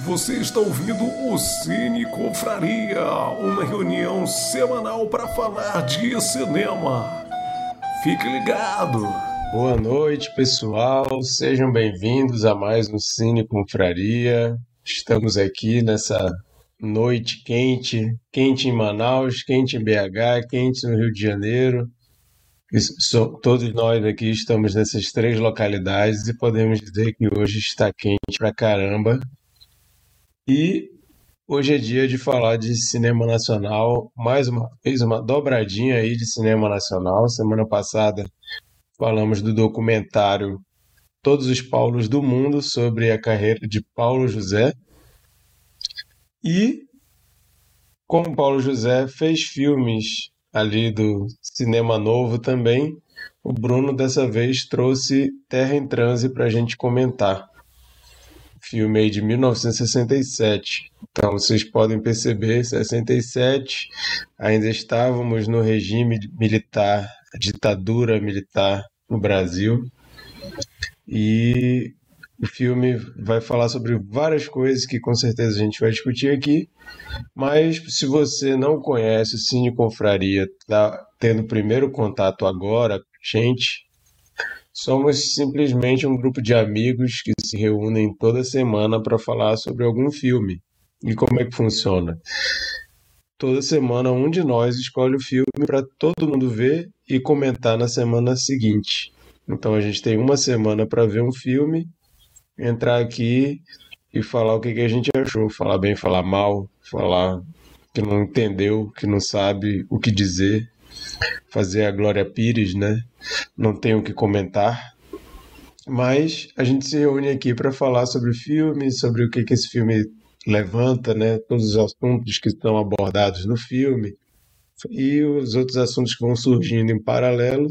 Você está ouvindo o Cine Confraria, uma reunião semanal para falar de cinema. Fique ligado! Boa noite, pessoal. Sejam bem-vindos a mais um Cine Confraria. Estamos aqui nessa noite quente, quente em Manaus, quente em BH, quente no Rio de Janeiro. Todos nós aqui estamos nessas três localidades e podemos dizer que hoje está quente pra caramba. E hoje é dia de falar de cinema nacional, mais uma vez uma dobradinha aí de cinema nacional. Semana passada falamos do documentário Todos os Paulos do Mundo sobre a carreira de Paulo José. E como Paulo José fez filmes ali do Cinema Novo também, o Bruno dessa vez trouxe Terra em Transe para a gente comentar. Filme aí de 1967. Então vocês podem perceber, 67, ainda estávamos no regime militar, ditadura militar no Brasil. E o filme vai falar sobre várias coisas que com certeza a gente vai discutir aqui. Mas se você não conhece o Cine Confraria, está tendo primeiro contato agora, gente, somos simplesmente um grupo de amigos que se reúnem toda semana para falar sobre algum filme. E como é que funciona? Toda semana um de nós escolhe o filme para todo mundo ver e comentar na semana seguinte. Então a gente tem uma semana para ver um filme, entrar aqui e falar o que a gente achou. Falar bem, falar mal, falar que não entendeu, que não sabe o que dizer. Fazer a Glória Pires, né? Não tenho o que comentar. Mas a gente se reúne aqui para falar sobre o filme, sobre o que esse filme levanta, né? Todos os assuntos que estão abordados no filme e os outros assuntos que vão surgindo em paralelo.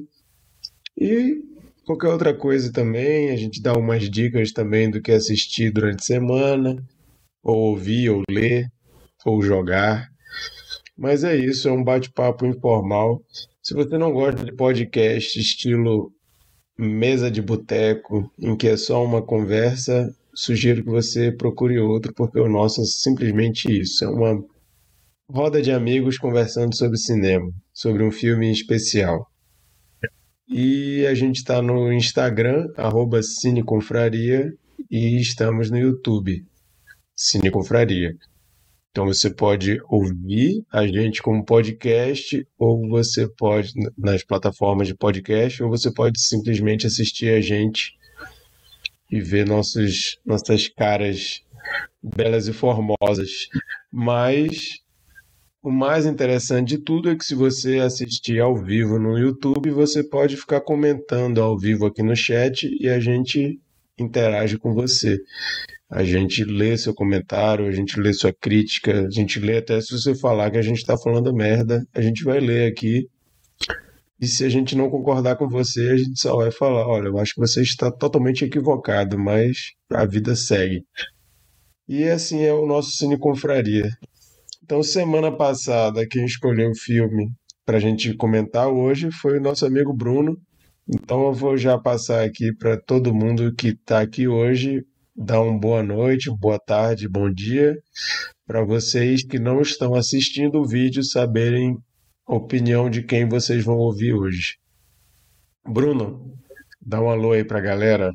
E qualquer outra coisa também, a gente dá umas dicas também do que assistir durante a semana, ou ouvir, ou ler, ou jogar. Mas é isso, é um bate-papo informal. Se você não gosta de podcast estilo mesa de boteco, em que é só uma conversa, sugiro que você procure outro, porque o nosso é simplesmente isso. É uma roda de amigos conversando sobre cinema, sobre um filme em especial. E a gente está no Instagram, @cineconfraria, e estamos no YouTube, Cine Confraria. Então você pode ouvir a gente como podcast, ou você pode nas plataformas de podcast, ou você pode simplesmente assistir a gente e ver nossas caras belas e formosas. Mas o mais interessante de tudo é que se você assistir ao vivo no YouTube, você pode ficar comentando ao vivo aqui no chat e a gente interage com você. A gente lê seu comentário, a gente lê sua crítica, a gente lê até se você falar que a gente está falando merda, a gente vai ler aqui. E se a gente não concordar com você, a gente só vai falar, olha, eu acho que você está totalmente equivocado, mas a vida segue. E assim é o nosso Cine Confraria. Então, semana passada, quem escolheu o filme para a gente comentar hoje foi o nosso amigo Bruno. Então, eu vou já passar aqui para todo mundo que está aqui hoje, dar uma boa noite, boa tarde, bom dia, para vocês que não estão assistindo o vídeo saberem a opinião de quem vocês vão ouvir hoje. Bruno, dá um alô aí para a galera.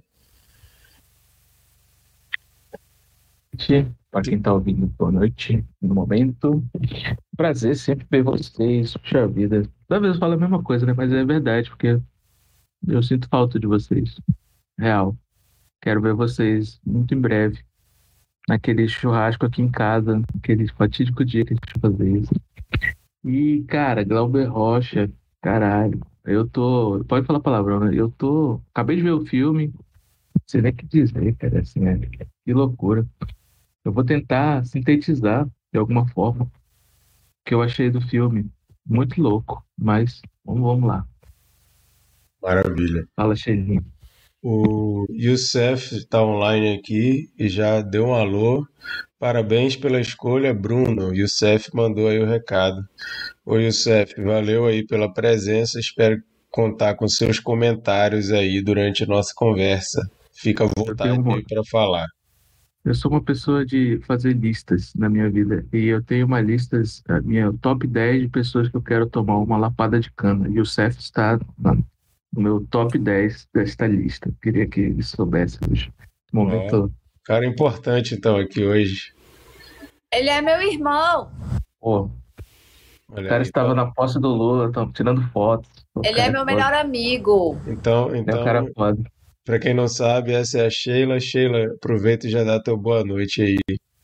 Para quem está ouvindo, boa noite no momento. Prazer sempre ver vocês. Puxa vida. Toda vez eu falo a mesma coisa, né? Mas é verdade, porque eu sinto falta de vocês. Real. Quero ver vocês muito em breve. Naquele churrasco aqui em casa, aquele fatídico dia que a gente vai fazer isso. E, cara, Glauber Rocha, caralho. Eu tô. Pode falar palavrão, né? Eu tô. Acabei de ver o filme. Não sei nem o que dizer, cara. Assim, que loucura. Eu vou tentar sintetizar de alguma forma o que eu achei do filme. Muito louco, mas vamos lá. Maravilha. Fala, Cheirinho. O Youssef está online aqui e já deu um alô. Parabéns pela escolha, Bruno. Youssef mandou aí o recado. Ô Youssef, valeu aí pela presença. Espero contar com seus comentários aí durante a nossa conversa. Fica à vontade aí para falar. Eu sou uma pessoa de fazer listas na minha vida. E eu tenho uma lista, a minha top 10 de pessoas que eu quero tomar uma lapada de cana. E o Seth está no meu top 10 desta lista. Queria que ele soubesse hoje. Ó, Momento, cara importante então aqui hoje. Ele é meu irmão. pô, o Olha cara aí. estava na posse do Lula, estão tirando fotos. O Ele é cara é meu foda. melhor amigo. Então, É o cara então, foda. para quem não sabe, essa é a Sheila. Sheila, aproveita e já dá teu boa noite aí.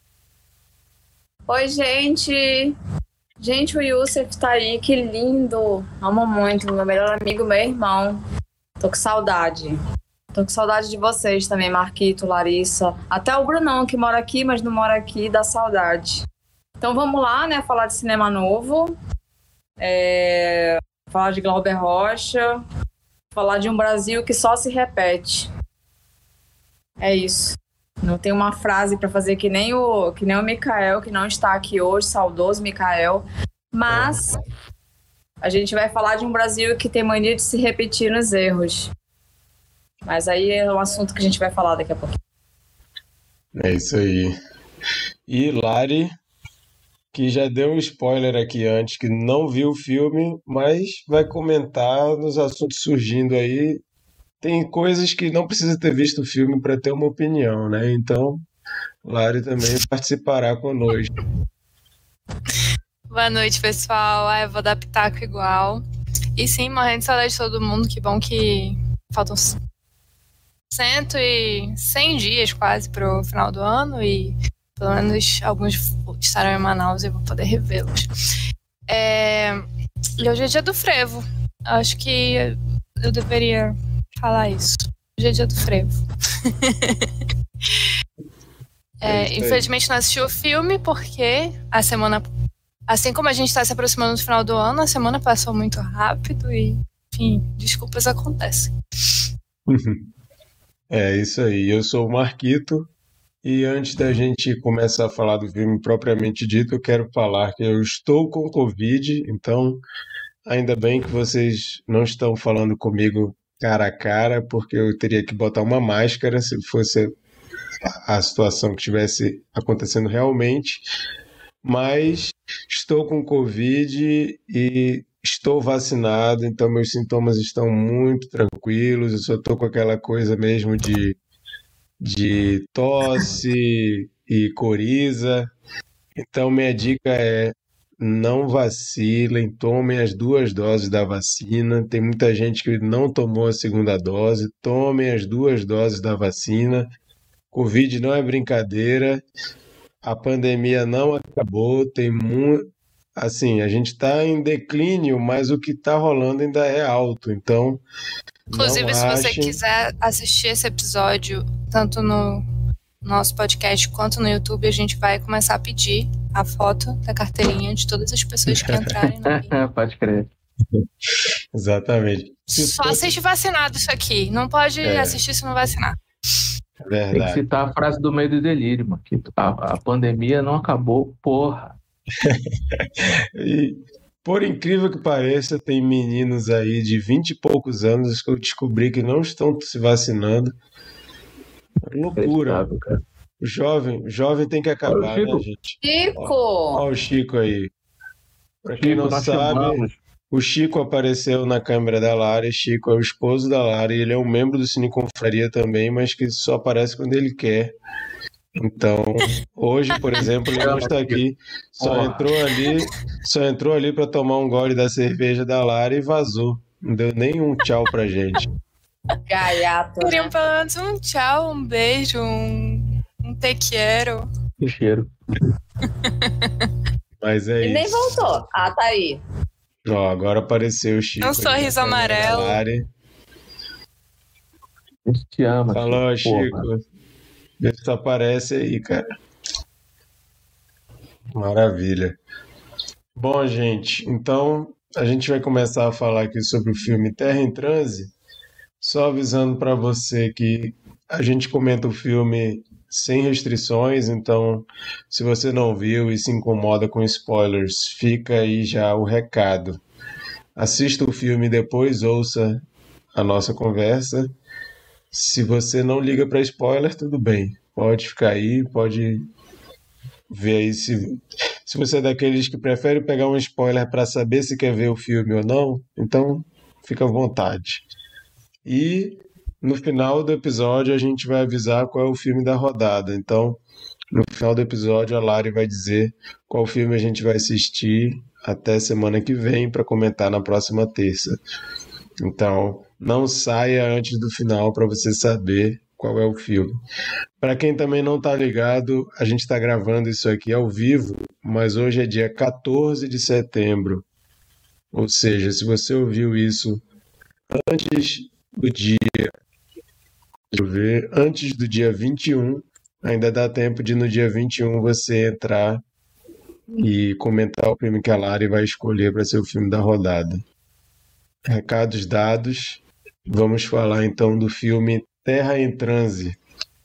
Oi, gente. Gente, o Youssef tá aí, que lindo. Amo muito, meu melhor amigo, meu irmão. Tô com saudade. Tô com saudade de vocês também, Marquito, Larissa. Até o Brunão, que mora aqui, mas não mora aqui, dá saudade. Então vamos lá, né? Falar de cinema novo. Falar de Glauber Rocha. Falar de um Brasil que só se repete. É isso. Não tem uma frase para fazer que nem o Mikael, que não está aqui hoje, saudoso Mikael. Mas a gente vai falar de um Brasil que tem mania de se repetir nos erros. Mas aí é um assunto que a gente vai falar daqui a pouco. É isso aí. E Lari, que já deu um spoiler aqui antes, que não viu o filme, mas vai comentar nos assuntos surgindo aí. Tem coisas que não precisa ter visto o filme para ter uma opinião, né? Então, Lari também participará conosco. Boa noite, pessoal. Eu vou dar pitaco igual. E sim, morrendo de saudade de todo mundo. Que bom que faltam 100 dias quase pro final do ano e pelo menos alguns estarão em Manaus e eu vou poder revê-los. E hoje é dia do frevo. Acho que eu deveria falar isso. Hoje é dia do frevo. Infelizmente não assisti o filme porque a semana, assim como a gente está se aproximando do final do ano, a semana passou muito rápido e, enfim, desculpas acontecem. É isso aí. Eu sou o Marquito e antes da gente começar a falar do filme propriamente dito, eu quero falar que eu estou com Covid, então ainda bem que vocês não estão falando comigo cara a cara, porque eu teria que botar uma máscara se fosse a situação que estivesse acontecendo realmente. Mas estou com Covid e estou vacinado, então meus sintomas estão muito tranquilos. Eu só estou com aquela coisa mesmo de tosse e coriza. Então minha dica é: não vacilem, tomem as 2 doses da vacina. Tem muita gente que não tomou a segunda dose, tomem as 2 doses da vacina. Covid não é brincadeira, a pandemia não acabou, tem muito. Assim, a gente está em declínio, mas o que está rolando ainda é alto. Então, Inclusive, não se você achem. quiser assistir esse episódio, tanto no nosso podcast quanto no YouTube, a gente vai começar a pedir a foto da carteirinha de todas as pessoas que entrarem no link. Pode crer. Exatamente. Se Só fosse assiste vacinado isso aqui. Não pode É. assistir se não vacinar. Tem que verdade. citar a frase do medo e delírio, Marquito. A pandemia não acabou, porra. E, por incrível que pareça, tem meninos aí de 20 e poucos anos que eu descobri que não estão se vacinando. Loucura. Acreditável, cara. O jovem tem que acabar, Chico. né, gente? Chico! Olha o Chico aí. Pra quem Chico, não nós sabe, chamamos. o Chico apareceu na câmera da Lari. Chico é o esposo da Lari. Ele é um membro do Cine Confraria também, mas que só aparece quando ele quer. Então, hoje, por exemplo, ele não está aqui. Só entrou ali para tomar um gole da cerveja da Lari e vazou. Não deu nenhum tchau pra gente. Gaiato, Queriam né? pelo menos um tchau, um beijo, um te quero. Que cheiro. Mas é E nem isso. voltou. Ah, tá aí. Ó, agora apareceu o Chico. Um ali na sorriso câmera da amarelo. Lari. A gente te ama, Falou, Chico. Chico. Porra. Vê se tu aparece aí, cara. Maravilha. Bom, gente, então a gente vai começar a falar aqui sobre o filme Terra em Transe, só avisando para você que a gente comenta o filme sem restrições, então se você não viu e se incomoda com spoilers, fica aí já o recado. Assista o filme e depois ouça a nossa conversa. Se você não liga para spoiler, tudo bem. Pode ficar aí, pode ver aí se você é daqueles que prefere pegar um spoiler para saber se quer ver o filme ou não, então fica à vontade. E no final do episódio a gente vai avisar qual é o filme da rodada. Então, no final do episódio a Lari vai dizer qual filme a gente vai assistir até semana que vem para comentar na próxima terça. Então, não saia antes do final para você saber qual é o filme. Para quem também não está ligado, a gente está gravando isso aqui ao vivo, mas hoje é dia 14 de setembro. Ou seja, se você ouviu isso antes do dia, deixa eu ver, antes do dia 21, ainda dá tempo de no dia 21 você entrar e comentar o filme que a Lari vai escolher para ser o filme da rodada. Recados dados, vamos falar então do filme Terra em Transe.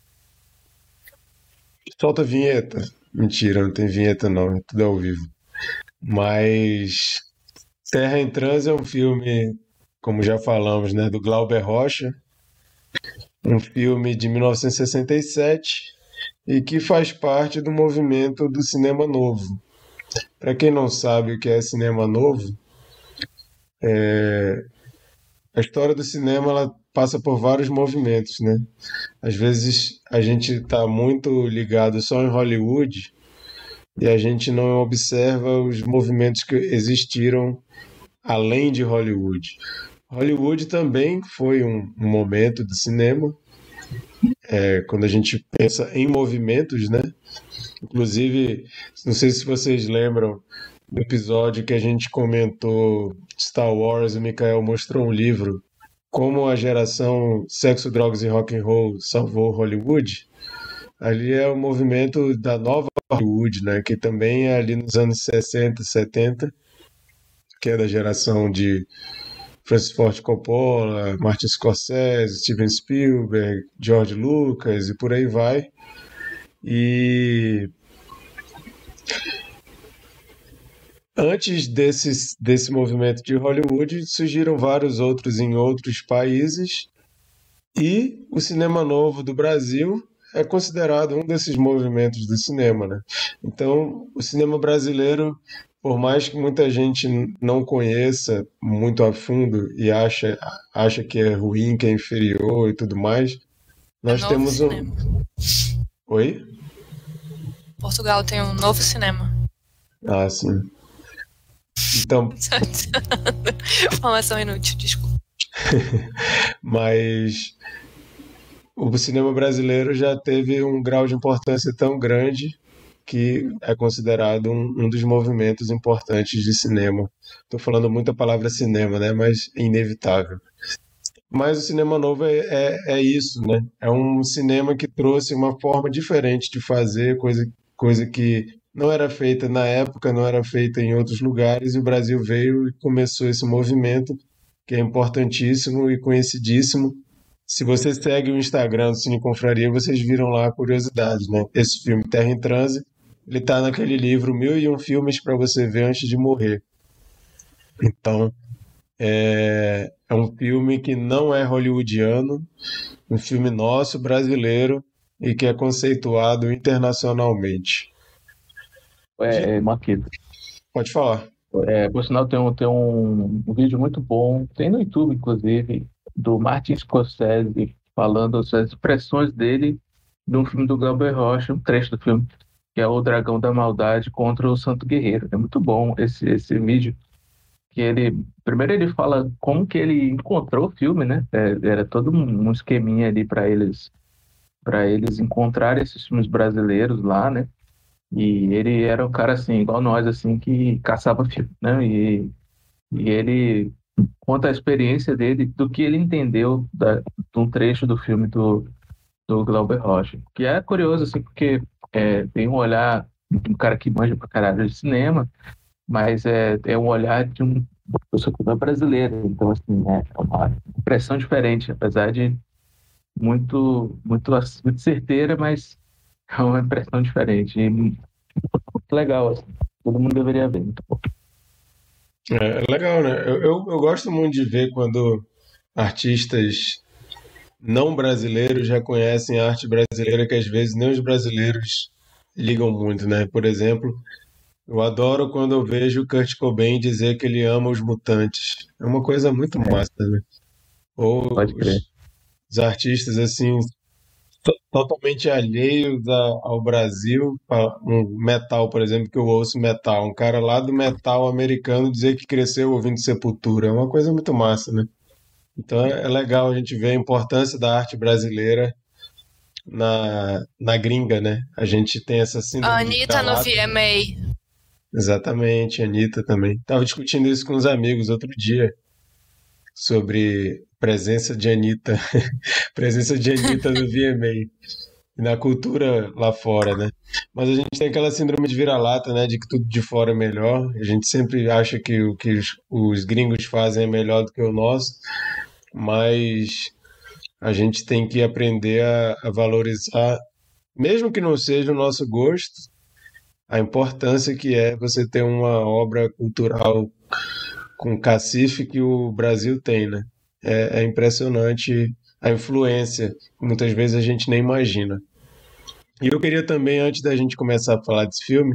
Solta a vinheta. Mentira, não tem vinheta não, é tudo ao vivo. Mas Terra em Transe é um filme, como já falamos, né, do Glauber Rocha, um filme de 1967 e que faz parte do movimento do cinema novo. Para quem não sabe o que é cinema novo, a história do cinema ela passa por vários movimentos, né? Às vezes a gente está muito ligado só em Hollywood e a gente não observa os movimentos que existiram além de Hollywood. Hollywood também foi um momento de cinema, quando a gente pensa em movimentos, né? Inclusive, não sei se vocês lembram do episódio que a gente comentou Star Wars, o Mikael mostrou um livro, Como a Geração Sexo, Drogas e Rock and Roll Salvou Hollywood. Ali é o movimento da nova Hollywood, né? Que também é ali nos anos 60, 70, que é da geração de Francis Ford Coppola, Martin Scorsese, Steven Spielberg, George Lucas e por aí vai. E antes desse movimento de Hollywood, surgiram vários outros em outros países e o cinema novo do Brasil é considerado um desses movimentos do cinema, né? Então, o cinema brasileiro, por mais que muita gente não conheça muito a fundo e acha que é ruim, que é inferior e tudo mais, nós novo temos um... cinema. Oi? Portugal tem um novo cinema. Ah, sim. Então, Informação inútil, desculpa. mas o cinema brasileiro já teve um grau de importância tão grande que é considerado um dos movimentos importantes de cinema. Estou falando muito a palavra cinema, né? Mas é inevitável. Mas o cinema novo é isso, né? É um cinema que trouxe uma forma diferente de fazer, coisa que não era feita na época, não era feita em outros lugares, e o Brasil veio e começou esse movimento, que é importantíssimo e conhecidíssimo. Se você segue o Instagram do Cine Confraria, vocês viram lá curiosidades, né? Esse filme, Terra em Transe, ele tá naquele livro 1001 filmes para você ver antes de morrer. Então, é um filme que não é hollywoodiano, um filme nosso, brasileiro, e que é conceituado internacionalmente. Marquito. Pode falar. Por sinal, tem um vídeo muito bom, tem no YouTube, inclusive, do Martin Scorsese falando as expressões dele num filme do Glauber Rocha, um trecho do filme, que é O Dragão da Maldade contra o Santo Guerreiro. É muito bom esse vídeo, que primeiro ele fala como que ele encontrou o filme, né? Era todo um esqueminha ali para eles encontrarem esses filmes brasileiros lá, né? E ele era um cara assim, igual nós, assim, que caçava filme, né? E ele conta a experiência dele, do que ele entendeu de um trecho do filme do Glauber Rocha. Que é curioso, assim, porque tem um olhar de um cara que manja pra caralho de cinema, mas é um olhar de uma pessoa que não é brasileira. Então, assim, é uma impressão diferente, apesar de muito, muito, muito certeira, mas é uma impressão diferente. E muito legal, assim. Todo mundo deveria ver. Muito bom. É legal, né? Eu gosto muito de ver quando artistas não brasileiros já conhecem a arte brasileira que às vezes nem os brasileiros ligam muito, né? Por exemplo, eu adoro quando eu vejo o Kurt Cobain dizer que ele ama os Mutantes. É uma coisa muito massa, né? Ou Pode crer. os artistas assim totalmente alheios ao Brasil, um metal, por exemplo, que eu ouço metal, um cara lá do metal americano dizer que cresceu ouvindo Sepultura, é uma coisa muito massa, né? Então é legal a gente ver a importância da arte brasileira na gringa, né? A gente tem essa A síndrome de Anitta no vira-lata. VMA. Exatamente, a Anitta também. Tava discutindo isso com uns amigos outro dia, sobre presença de Anitta, presença de Anitta no VMA. E na cultura lá fora, né? Mas a gente tem aquela síndrome de vira-lata, né? De que tudo de fora é melhor. A gente sempre acha que o que os gringos fazem é melhor do que o nosso, mas a gente tem que aprender a valorizar, mesmo que não seja o nosso gosto, a importância que é você ter uma obra cultural com cacife que o Brasil tem, né? É impressionante a influência, que muitas vezes a gente nem imagina. E eu queria também, antes da gente começar a falar desse filme,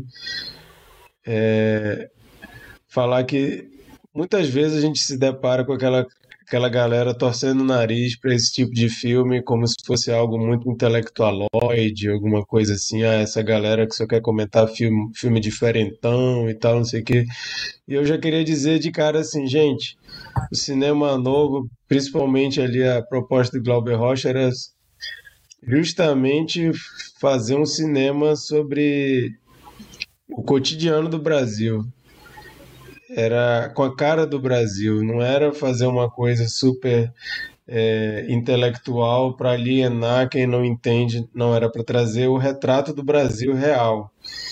falar que muitas vezes a gente se depara com aquela galera torcendo o nariz para esse tipo de filme como se fosse algo muito intelectualoide, alguma coisa assim, essa galera que só quer comentar filme diferentão e tal, não sei o quê. E eu já queria dizer de cara assim, gente, o cinema novo, principalmente ali a proposta do Glauber Rocha era justamente fazer um cinema sobre o cotidiano do Brasil. Era com a cara do Brasil, não era fazer uma coisa super intelectual para alienar quem não entende, não, era para trazer o retrato do Brasil real.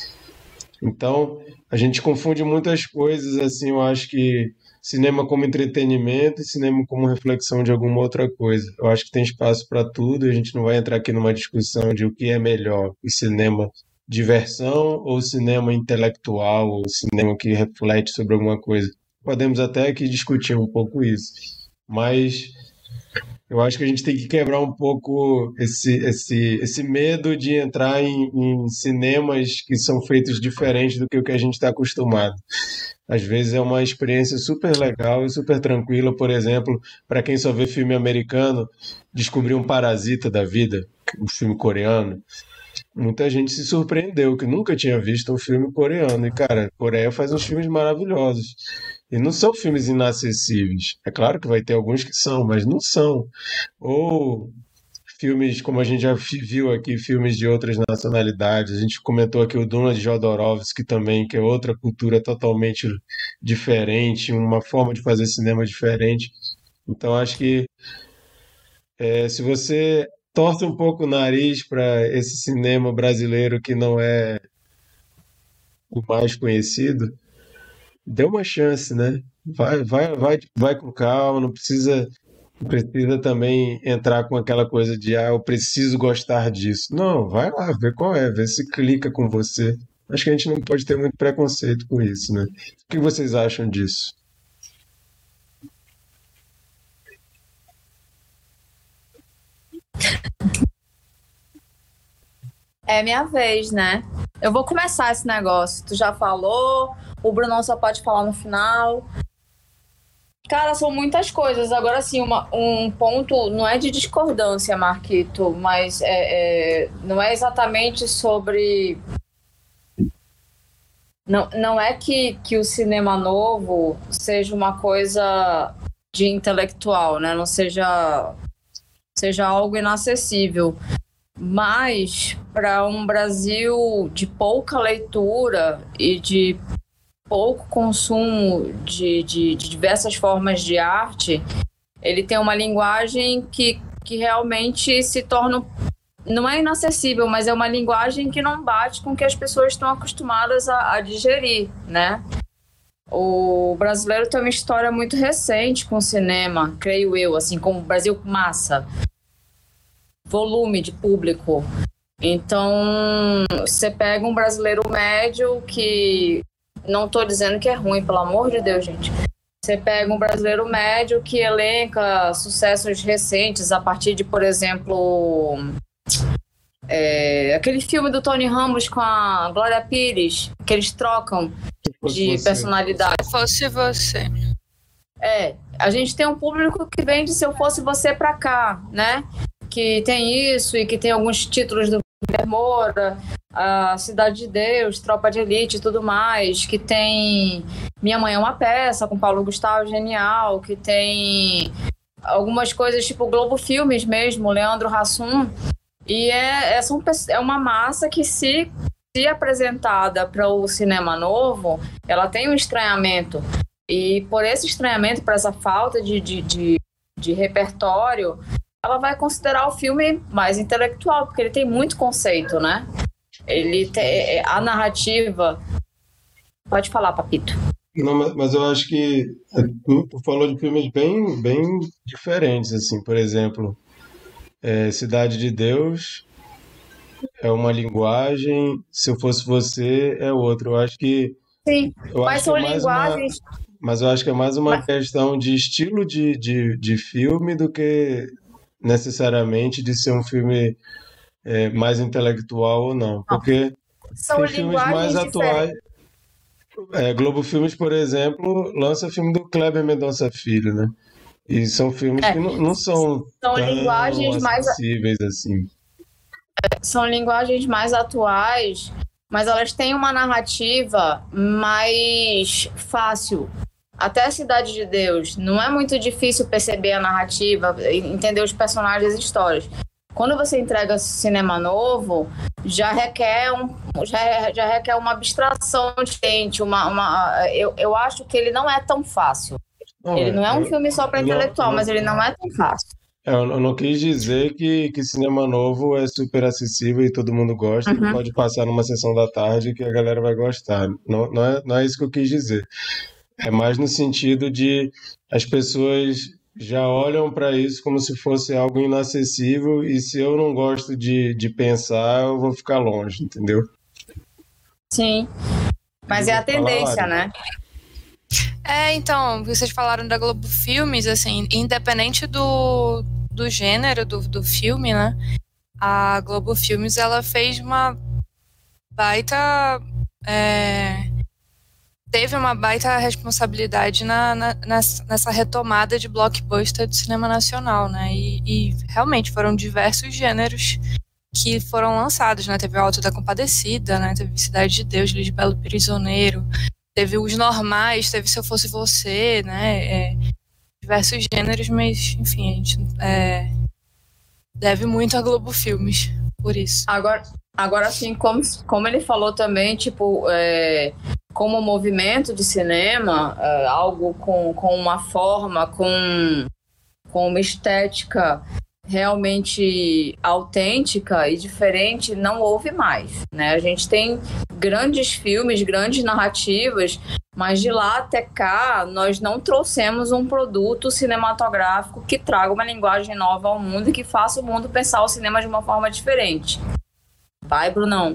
Então, a gente confunde muitas coisas, assim, eu acho que cinema como entretenimento e cinema como reflexão de alguma outra coisa. Eu acho que tem espaço para tudo, a gente não vai entrar aqui numa discussão de o que é melhor, o cinema diversão ou cinema intelectual, ou cinema que reflete sobre alguma coisa. Podemos até aqui discutir um pouco isso, mas eu acho que a gente tem que quebrar um pouco esse medo de entrar em cinemas que são feitos diferentes do que o que a gente está acostumado. Às vezes é uma experiência super legal e super tranquila, por exemplo, para quem só vê filme americano, descobrir um Parasita da vida, um filme coreano. Muita gente se surpreendeu que nunca tinha visto um filme coreano. E, cara, a Coreia faz uns filmes maravilhosos. E não são filmes inacessíveis. É claro que vai ter alguns que são, mas não são. Ou filmes, como a gente já viu aqui, filmes de outras nacionalidades. A gente comentou aqui o Duna de Jodorowsky também, que é outra cultura totalmente diferente, uma forma de fazer cinema diferente. Então, acho que se você torce um pouco o nariz para esse cinema brasileiro que não é o mais conhecido, dê uma chance, né? Vai com calma, não precisa também entrar com aquela coisa de eu preciso gostar disso. Não, vai lá, vê qual é, vê se clica com você. Acho que a gente não pode ter muito preconceito com isso, né? O que vocês acham disso? É minha vez, né? Eu vou começar esse negócio. Tu já falou, o Brunão só pode falar no final. Cara, são muitas coisas. Agora, assim, um ponto não é de discordância, Marquito, mas não é exatamente sobre... Não é que o cinema novo seja uma coisa de intelectual, né? Não seja algo inacessível. Mas, para um Brasil de pouca leitura e de pouco consumo de diversas formas de arte, ele tem uma linguagem que realmente se torna, não é inacessível, mas é uma linguagem que não bate com o que as pessoas estão acostumadas a digerir, né? O brasileiro tem uma história muito recente com o cinema, creio eu, assim, como o Brasil massa, volume de público. Então, você pega um brasileiro médio que... Não estou dizendo que é ruim, pelo amor de Deus, gente. Você pega um brasileiro médio que elenca sucessos recentes a partir de, por exemplo, aquele filme do Tony Ramos com a Glória Pires, que eles trocam de personalidade. Se fosse você. A gente tem um público que vem de Se Eu Fosse Você pra cá, né? Que tem isso e que tem alguns títulos do Wagner Moura, a Cidade de Deus, Tropa de Elite e tudo mais, que tem Minha Mãe é uma Peça, com Paulo Gustavo, genial, que tem algumas coisas tipo Globo Filmes mesmo, Leandro Hassum, e é uma massa que se apresentada para o cinema novo, ela tem um estranhamento, e por esse estranhamento, por essa falta de repertório, ela vai considerar o filme mais intelectual, porque ele tem muito conceito, né? Ele tem a narrativa. Pode falar, Papito. Não, mas eu acho que tu falou de filmes bem, bem diferentes, assim. Por exemplo, Cidade de Deus é uma linguagem, Se Eu Fosse Você é outra. Eu acho que... Sim, mas são linguagens... Mas eu acho que é mais uma questão de estilo de filme do que necessariamente de ser um filme mais intelectual ou não. Porque são tem filmes mais atuais. Globo Filmes, por exemplo, lança filme do Kleber Mendonça Filho, né? E são filmes que não são tão linguagens acessíveis assim. São linguagens mais atuais, mas elas têm uma narrativa mais fácil. Até a Cidade de Deus, não é muito difícil perceber a narrativa, entender os personagens e as histórias. Quando você entrega cinema novo, já requer uma abstração diferente. Eu acho que ele não é tão fácil. Ele não é um filme só para intelectual, mas ele não é tão fácil. Eu não quis dizer que cinema novo é super acessível e todo mundo gosta, e pode passar numa sessão da tarde que a galera vai gostar. Não é isso que eu quis dizer. É mais no sentido de as pessoas já olham para isso como se fosse algo inacessível, e se eu não gosto de pensar, eu vou ficar longe, entendeu? Sim, mas é a tendência, né? Então, vocês falaram da Globo Filmes, assim, independente do gênero do filme, né? A Globo Filmes, ela fez uma baita... teve uma baita responsabilidade nessa retomada de blockbuster do cinema nacional, né? E realmente foram diversos gêneros que foram lançados, né? Teve o Alto da Compadecida, né? Teve Cidade de Deus, Lisbelo Prisioneiro, teve Os Normais, teve Se Eu Fosse Você, né? Diversos gêneros, mas, enfim, a gente deve muito a Globo Filmes por isso. Agora sim, como ele falou também, tipo, como movimento de cinema, algo com uma forma, com uma estética realmente autêntica e diferente, não houve mais, né? A gente tem grandes filmes, grandes narrativas, mas de lá até cá nós não trouxemos um produto cinematográfico que traga uma linguagem nova ao mundo e que faça o mundo pensar o cinema de uma forma diferente. Vai, Brunão.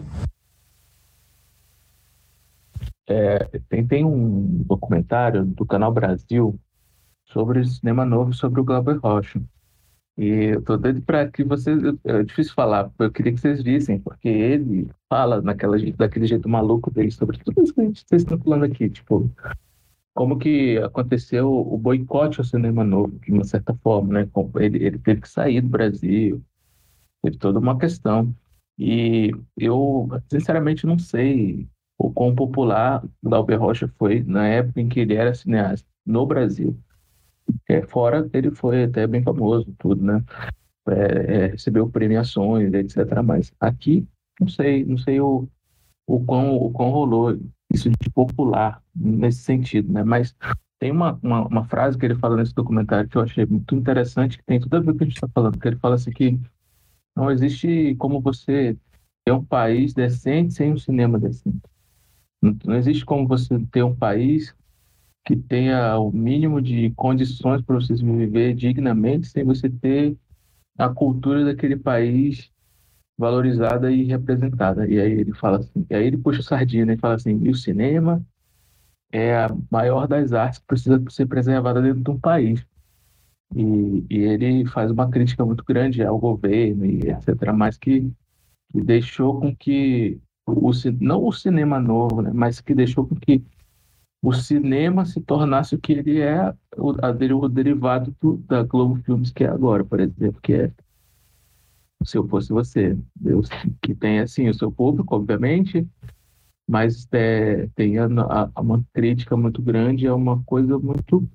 Tem um documentário do Canal Brasil sobre cinema novo, sobre o Glauber Rocha. E eu tô doido para que vocês... É difícil falar, eu queria que vocês vissem, porque ele fala daquele jeito maluco dele sobre tudo isso que vocês estão falando aqui, tipo, como que aconteceu o boicote ao cinema novo, de uma certa forma, né? Ele teve que sair do Brasil, teve toda uma questão. E eu, sinceramente, não sei o quão popular o Glauber Rocha foi na época em que ele era cineasta no Brasil. Fora, ele foi até bem famoso, tudo, né? Recebeu premiações, etc. Mas aqui, não sei o quão rolou isso de popular nesse sentido, né? Mas tem uma frase que ele fala nesse documentário que eu achei muito interessante, que tem tudo a ver com o que a gente está falando, que ele fala assim que não existe como você ter um país decente sem um cinema decente. Não existe como você ter um país que tenha o mínimo de condições para você viver dignamente sem você ter a cultura daquele país valorizada e representada. E aí ele fala assim, e aí ele puxa a sardinha, né, e fala assim, e o cinema é a maior das artes que precisa ser preservada dentro de um país. E ele faz uma crítica muito grande ao governo e etc., mas que deixou com que, não o cinema novo, né, mas que deixou com que o cinema se tornasse o que ele é, o derivado da Globo Filmes que é agora, por exemplo, que é Se Eu Fosse Você. Que tem, assim, o seu público, obviamente, mas tem uma crítica muito grande, é uma coisa muito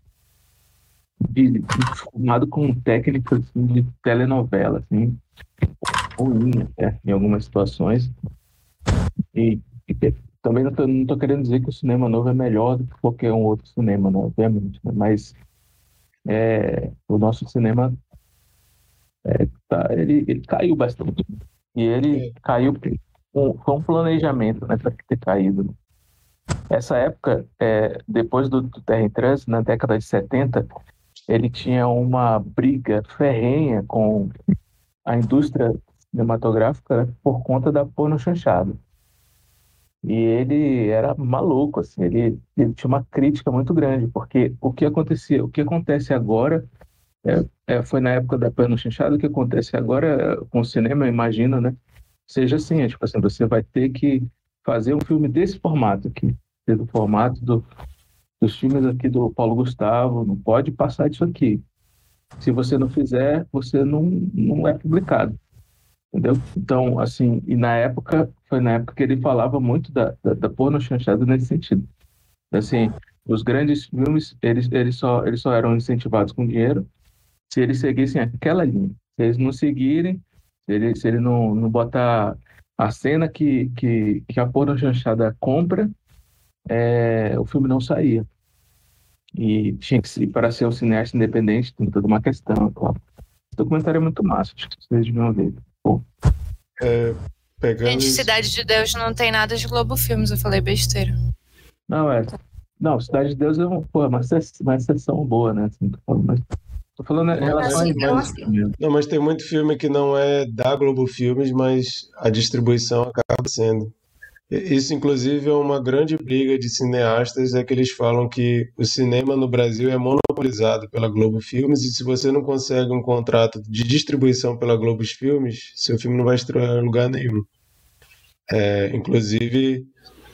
filmado com técnicas assim, de telenovela, assim, ruim até, em algumas situações. E também não tô querendo dizer que o cinema novo é melhor do que qualquer um outro cinema, né, obviamente, né? Mas o nosso cinema ele caiu bastante. E ele É, caiu com um planejamento, né, para ter caído, né? Essa época, depois do Terra em Trânsito, na década de 70, ele tinha uma briga ferrenha com a indústria cinematográfica, né, por conta da pornochanchada. E ele era maluco, assim, ele tinha uma crítica muito grande, porque o que acontece agora, foi na época da pornochanchada, o que acontece agora com o cinema, eu imagino, né, seja assim, tipo assim, você vai ter que fazer um filme desse formato aqui, do formato dos filmes aqui do Paulo Gustavo, não pode passar disso aqui. Se você não fizer, você não é publicado, entendeu? Então, assim, e foi na época que ele falava muito da pornochanchada nesse sentido. Assim, os grandes filmes, eles só eram incentivados com dinheiro se eles seguissem aquela linha. Se eles não seguirem, se ele não botar a cena que a pornochanchada compra, o filme não saía. E tinha que ser, para ser um cineasta independente, tem toda uma questão. Claro. Esse documentário é muito massa, acho que vocês deviam ver. Pô, é, pegando Gente, isso. Cidade de Deus não tem nada de Globo Filmes, eu falei besteira. não, não, Cidade de Deus pô, uma exceção boa, né? Assim, tô falando em relação à Mas, Assim, eu indústria assim. mesmo. não, mas tem muito filme que não é da Globo Filmes, mas a distribuição acaba sendo. Isso, inclusive, é uma grande briga de cineastas, é que eles falam que o cinema no Brasil é monopolizado pela Globo Filmes, e se você não consegue um contrato de distribuição pela Globo Filmes, seu filme não vai estrear em lugar nenhum. Inclusive,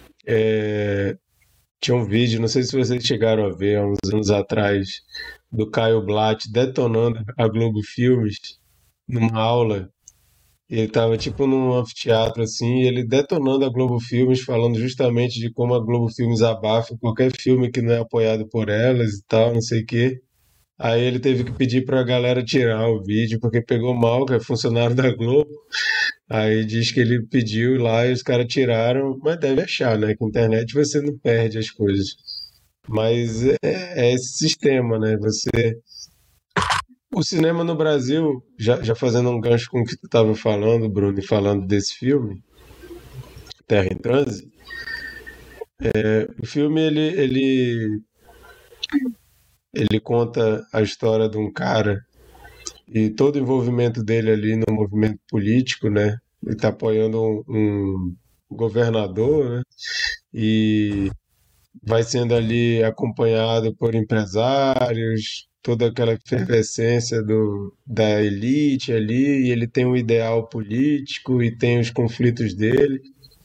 tinha um vídeo, não sei se vocês chegaram a ver, há uns anos atrás, do Caio Blatt detonando a Globo Filmes numa aula. E ele tava tipo num anfiteatro assim, e ele detonando a Globo Filmes, falando justamente de como a Globo Filmes abafa qualquer filme que não é apoiado por elas e tal, não sei o quê. Aí ele teve que pedir pra galera tirar o vídeo, porque pegou mal, que é funcionário da Globo. Aí diz que ele pediu lá e os caras tiraram, mas deve achar, né? Que na internet você não perde as coisas. Mas é esse sistema, né? O cinema no Brasil, já fazendo um gancho com o que tu estava falando, Bruno, e falando desse filme, Terra em Transe, o filme ele conta a história de um cara e todo o envolvimento dele ali no movimento político, né? Ele está apoiando um governador, né? E vai sendo ali acompanhado por empresários, toda aquela efervescência da elite ali, e ele tem um ideal político e tem os conflitos dele.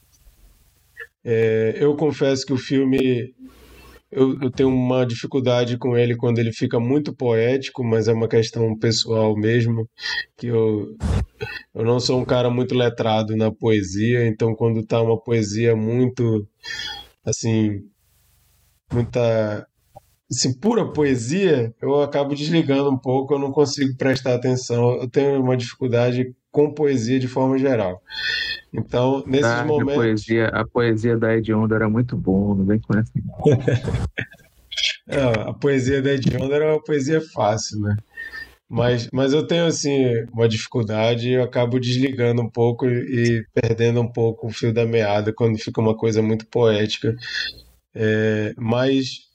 Eu confesso que o filme eu tenho uma dificuldade com ele quando ele fica muito poético, mas é uma questão pessoal mesmo, que eu não sou um cara muito letrado na poesia, então quando tá uma poesia muito, assim, muita assim, pura poesia, eu acabo desligando um pouco, eu não consigo prestar atenção. Eu tenho uma dificuldade com poesia de forma geral. Então, nesses Tarde, momentos, a poesia da Hedionda era muito bom, não vem com essa. a poesia da Hedionda era uma poesia fácil, né? Mas eu tenho, assim, uma dificuldade e eu acabo desligando um pouco e perdendo um pouco o fio da meada quando fica uma coisa muito poética. Mas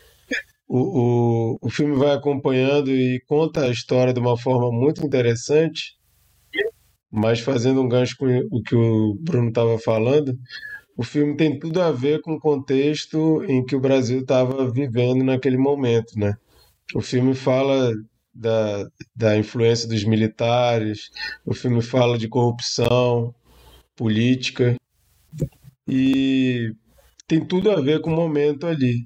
o filme vai acompanhando e conta a história de uma forma muito interessante, mas fazendo um gancho com o que o Bruno estava falando, o filme tem tudo a ver com o contexto em que o Brasil estava vivendo naquele momento, né? O filme fala da, da influência dos militares, o filme fala de corrupção, política, e tem tudo a ver com o momento ali.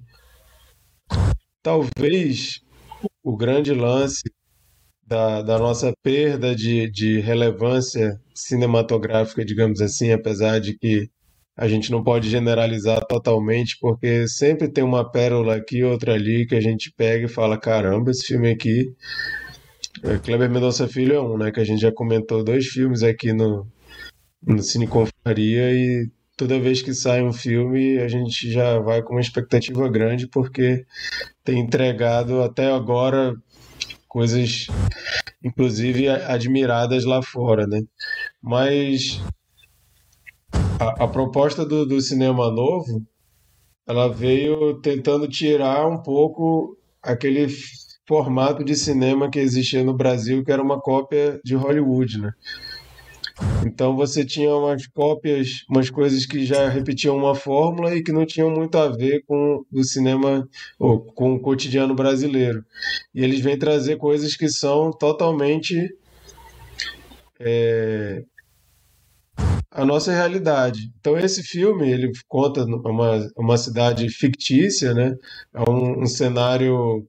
Talvez o grande lance da nossa perda de relevância cinematográfica, digamos assim, apesar de que a gente não pode generalizar totalmente, porque sempre tem uma pérola aqui, outra ali, que a gente pega e fala, caramba, esse filme aqui. Kleber Mendonça Filho é um, né? Que a gente já comentou 2 filmes aqui no Cine Confraria e toda vez que sai um filme a gente já vai com uma expectativa grande porque tem entregado até agora coisas, inclusive, admiradas lá fora, né? Mas a proposta do cinema novo, ela veio tentando tirar um pouco aquele formato de cinema que existia no Brasil, que era uma cópia de Hollywood, né? Então você tinha umas cópias, umas coisas que já repetiam uma fórmula e que não tinham muito a ver com o cinema ou com o cotidiano brasileiro. E eles vêm trazer coisas que são totalmente a nossa realidade. Então esse filme, ele conta uma cidade fictícia, né? É um cenário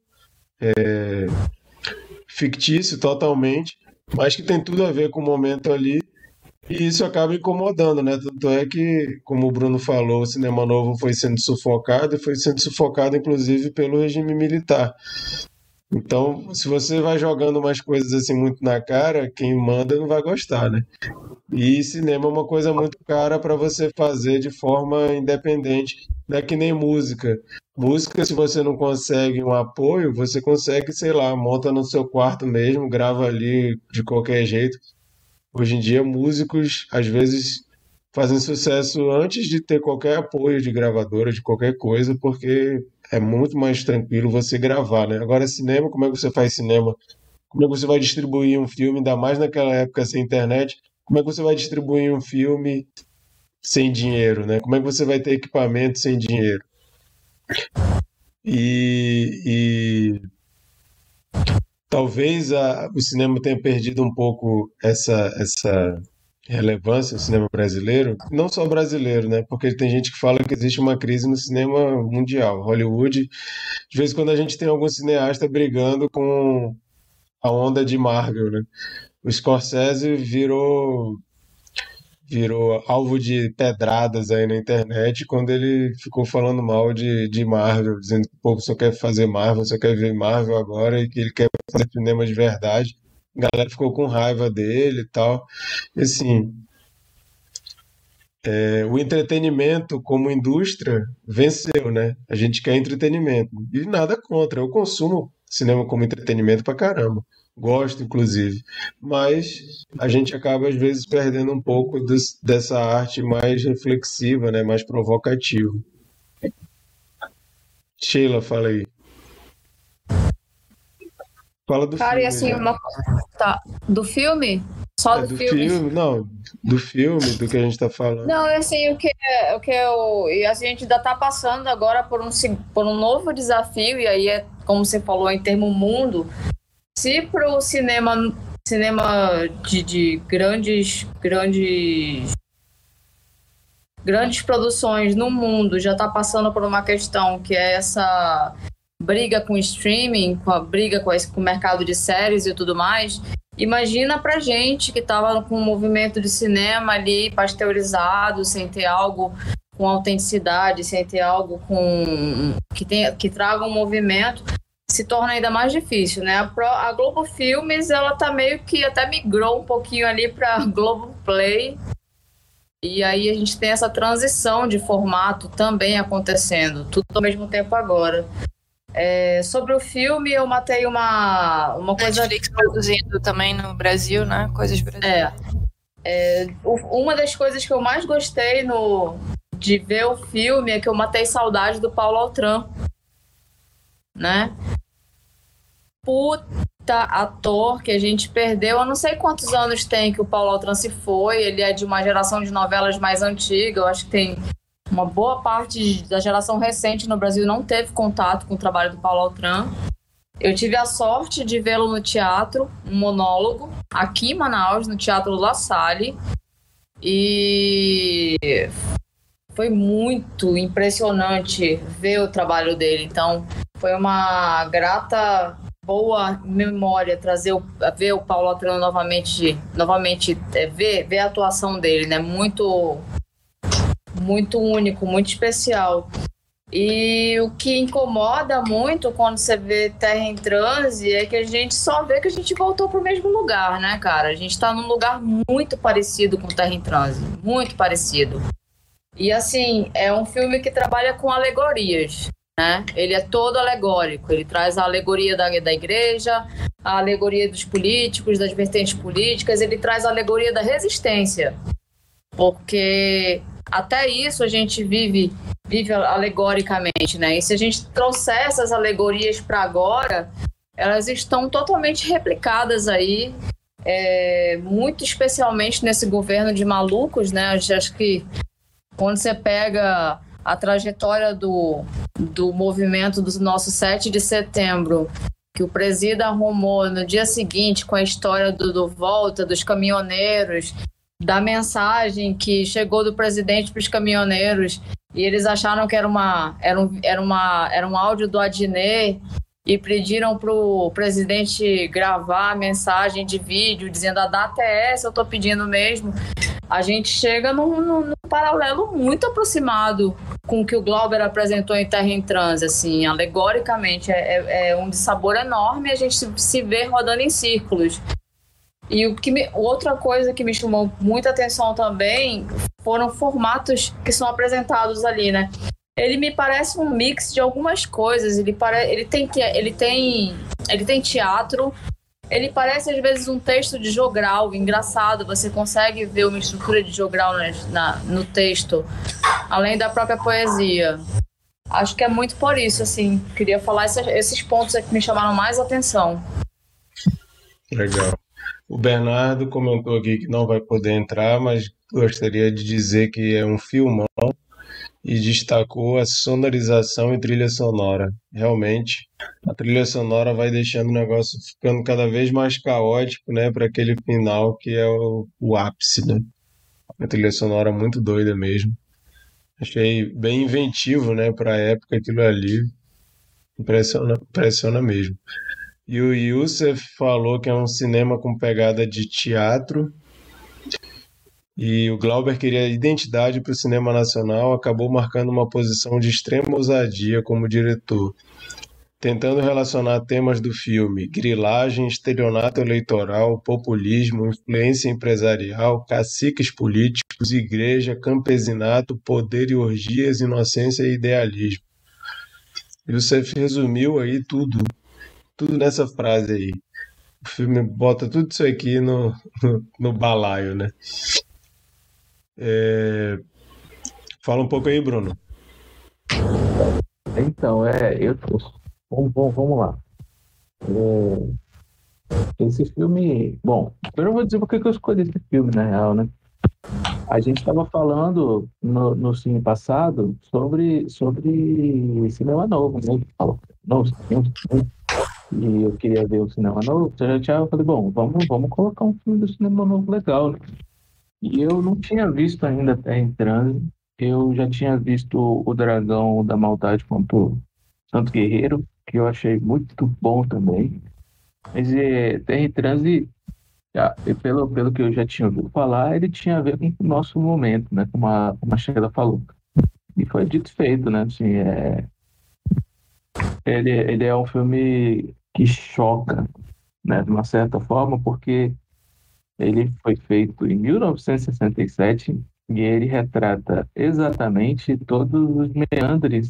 fictício totalmente, mas que tem tudo a ver com o momento ali. E isso acaba incomodando, né? Tanto é que, como o Bruno falou, o cinema novo foi sendo sufocado e foi sendo sufocado, inclusive, pelo regime militar. Então, se você vai jogando umas coisas assim muito na cara, quem manda não vai gostar, né? E cinema é uma coisa muito cara para você fazer de forma independente. Não é que nem música. Música, se você não consegue um apoio, você consegue, sei lá, monta no seu quarto mesmo, grava ali de qualquer jeito. Hoje em dia, músicos, às vezes, fazem sucesso antes de ter qualquer apoio de gravadora, de qualquer coisa, porque é muito mais tranquilo você gravar, né? Agora, cinema, como é que você faz cinema? Como é que você vai distribuir um filme, ainda mais naquela época sem internet? Como é que você vai distribuir um filme sem dinheiro, né? Como é que você vai ter equipamento sem dinheiro? E talvez o cinema tenha perdido um pouco essa relevância, o cinema brasileiro, não só brasileiro, né? Porque tem gente que fala que existe uma crise no cinema mundial. Hollywood, de vez em quando a gente tem algum cineasta brigando com a onda de Marvel, né? O Scorsese virou alvo de pedradas aí na internet quando ele ficou falando mal de Marvel, dizendo que o povo só quer fazer Marvel, só quer ver Marvel agora e que ele quer fazer cinema de verdade. A galera ficou com raiva dele e tal. E assim, o entretenimento como indústria venceu, né? A gente quer entretenimento. E nada contra, eu consumo cinema como entretenimento pra caramba. Gosto, inclusive. Mas a gente acaba, às vezes, perdendo um pouco dessa arte mais reflexiva, né? Mais provocativa. Sheila, fala aí. Fala do Cara, e filme, assim, né? Tá. Do filme? Só do Do filme? filme, não. Do filme, do que a gente tá falando. Não, assim, e a gente ainda tá passando agora por um novo desafio, e aí é, como você falou, em termo mundo. Se pro cinema de grandes produções no mundo já está passando por uma questão que é essa briga com o streaming, com a briga com o mercado de séries e tudo mais, imagina pra gente que estava com um movimento de cinema ali pasteurizado, sem ter algo com autenticidade, sem ter algo que traga um movimento, se torna ainda mais difícil, né? A Globo Filmes, ela tá meio que até migrou um pouquinho ali para Globoplay, e aí a gente tem essa transição de formato também acontecendo, tudo ao mesmo tempo agora. Sobre o filme, eu matei uma coisa... Netflix produzindo também no Brasil, né? Coisas brasileiras. Uma das coisas que eu mais gostei de ver o filme é que eu matei saudade do Paulo Altran, né? Puta ator que a gente perdeu. Eu não sei quantos anos tem que o Paulo Altran se foi. Ele é de uma geração de novelas mais antiga. Eu acho que tem uma boa parte da geração recente no Brasil não teve contato com o trabalho do Paulo Autran. Eu tive a sorte de vê-lo no teatro, um monólogo, aqui em Manaus, no Teatro La Salle. E foi muito impressionante ver o trabalho dele. Então, foi uma grata, boa memória ver o Paulo Autran novamente ver a atuação dele, né? Muito, muito único, muito especial. E o que incomoda muito quando você vê Terra em Transe é que a gente só vê que a gente voltou para o mesmo lugar, né, cara? A gente está num lugar muito parecido com Terra em Transe, muito parecido. E, assim, é um filme que trabalha com alegorias, né? Ele é todo alegórico, ele traz a alegoria da igreja, a alegoria dos políticos, das vertentes políticas, ele traz a alegoria da resistência, porque até isso a gente vive alegoricamente, né? E se a gente trouxer essas alegorias para agora, elas estão totalmente replicadas aí, muito especialmente nesse governo de malucos, né? Acho que quando você pega a trajetória do movimento do nosso 7 de setembro, que o presida arrumou no dia seguinte com a história do Volta, dos caminhoneiros, da mensagem que chegou do presidente para os caminhoneiros, e eles acharam que era um áudio do Adnet, e pediram para o presidente gravar a mensagem de vídeo, dizendo a data é essa, eu estou pedindo mesmo. A gente chega num paralelo muito aproximado com o que o Glauber apresentou em Terra em Transe, assim, alegoricamente. É um dissabor enorme, a gente se vê rodando em círculos. E outra coisa que me chamou muita atenção também foram formatos que são apresentados ali, né? Ele me parece um mix de algumas coisas. Ele tem teatro. Ele parece, às vezes, um texto de jogral, engraçado. Você consegue ver uma estrutura de jogral no texto, além da própria poesia. Acho que é muito por isso, assim. Queria falar esses pontos que me chamaram mais atenção. Legal. O Bernardo comentou aqui que não vai poder entrar, mas gostaria de dizer que é um filmão e destacou a sonorização e trilha sonora. Realmente, a trilha sonora vai deixando o negócio ficando cada vez mais caótico, né, para aquele final que é o ápice, né? A trilha sonora muito doida mesmo. Achei bem inventivo, né, para a época aquilo ali. Impressiona mesmo. E o Youssef falou que é um cinema com pegada de teatro. E o Glauber queria identidade para o cinema nacional, acabou marcando uma posição de extrema ousadia como diretor, tentando relacionar temas do filme: grilagem, estelionato eleitoral, populismo, influência empresarial, caciques políticos, igreja, campesinato, poder e orgias, inocência e idealismo. Youssef resumiu aí tudo nessa frase aí. O filme bota tudo isso aqui no balaio, né? Fala um pouco aí, Bruno. Então, vamos lá. Esse filme... Bom, primeiro eu vou dizer por que eu escolhi esse filme, na real, né? A gente estava falando no cine passado sobre cinema novo, né? E eu queria ver o cinema novo. Eu falei, bom, vamos colocar um filme do cinema novo legal, né? E eu não tinha visto ainda Terra em Transe. Eu já tinha visto O Dragão da Maldade contra o Santo Guerreiro, que eu achei muito bom também. Mas Terra em Transe, pelo que eu já tinha ouvido falar, ele tinha a ver com o nosso momento, né? Como a Sheila falou. E foi dito e feito, né? Assim, ele é um filme que choca, né? De uma certa forma, porque ele foi feito em 1967 e ele retrata exatamente todos os meandres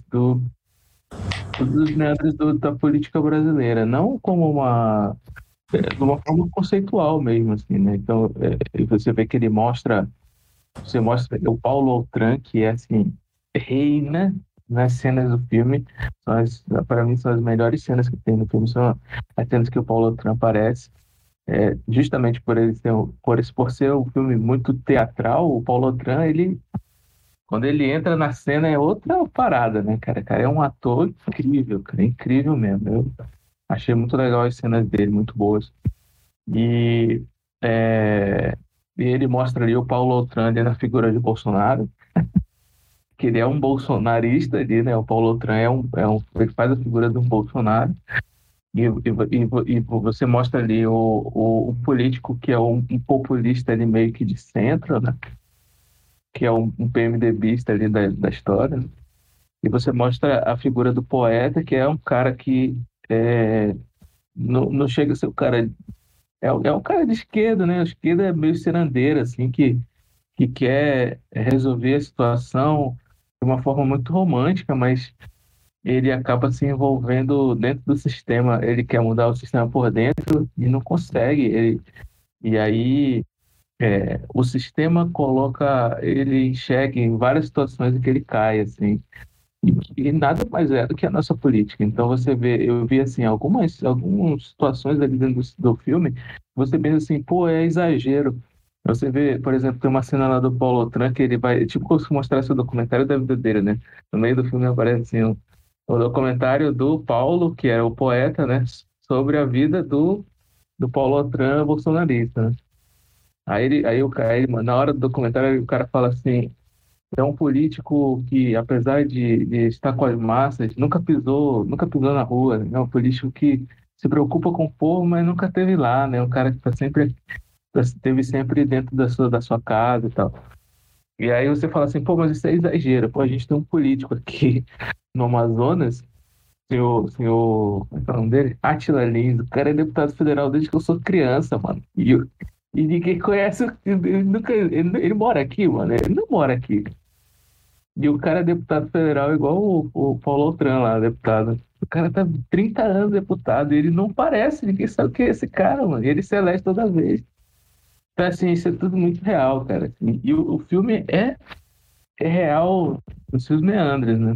da política brasileira, não como de uma forma conceitual mesmo, assim, né? Então, você vê que você mostra o Paulo Autran, que é, assim, reina nas cenas do filme. Para mim, são as melhores cenas que tem no filme, são as cenas que o Paulo Autran aparece. Justamente por ser um filme muito teatral, o Paulo Autran, ele quando ele entra na cena é outra parada, né, cara? O cara é um ator incrível, cara, incrível mesmo. Eu achei muito legal as cenas dele, muito boas. E, é, e ele mostra ali o Paulo Outram ali na figura de Bolsonaro, que ele é um bolsonarista ali, né? O Paulo Outram ele faz a figura de um Bolsonaro. E você mostra ali o político que é um populista ali meio que de centro, né? Que é um PMDBista ali da história, né? E você mostra a figura do poeta, que é um cara que não chega a ser o cara. É um cara de esquerda, né? A esquerda é meio cirandeira, assim, que quer resolver a situação de uma forma muito romântica, mas ele acaba se envolvendo dentro do sistema. Ele quer mudar o sistema por dentro e não consegue. E aí o sistema coloca ele em xeque em várias situações em que ele cai, assim. E nada mais é do que a nossa política. Então você vê, eu vi assim algumas situações ali dentro do filme, você pensa assim, pô, é exagero. Você vê, por exemplo, tem uma cena lá do Paulo Outram que ele vai, tipo como se mostrasse o documentário da vida dele, né? No meio do filme aparece assim, o documentário do Paulo, que era o poeta, né? Sobre a vida do Paulo Outram bolsonarista, né? Na hora do documentário, o cara fala assim, é um político que, apesar de estar com as massas, nunca pisou na rua, né? É um político que se preocupa com o povo, mas nunca esteve lá, né? Um cara que esteve sempre dentro da sua casa e tal. E aí você fala assim, pô, mas isso é exagero. Pô, a gente tem um político aqui no Amazonas, como é que é o nome dele? Átila Lins, o cara é deputado federal desde que eu sou criança, mano. E ninguém conhece, ele mora aqui, mano, ele não mora aqui. E o cara é deputado federal igual o Paulo Outram lá, deputado. O cara tá 30 anos deputado e ele não parece, ninguém sabe o que é esse cara, mano. E ele se elege toda vez. Então, assim, isso é tudo muito real, cara. Assim. E o filme é real nos seus meandros, né?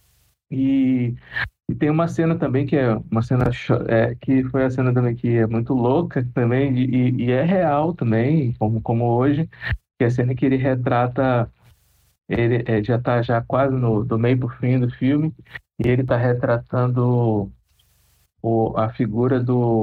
E tem uma cena também que é uma cena que foi a cena também que é muito louca também, e é real também, como hoje, que é a cena que ele retrata. Ele já está já quase do meio para o fim do filme e ele está retratando a figura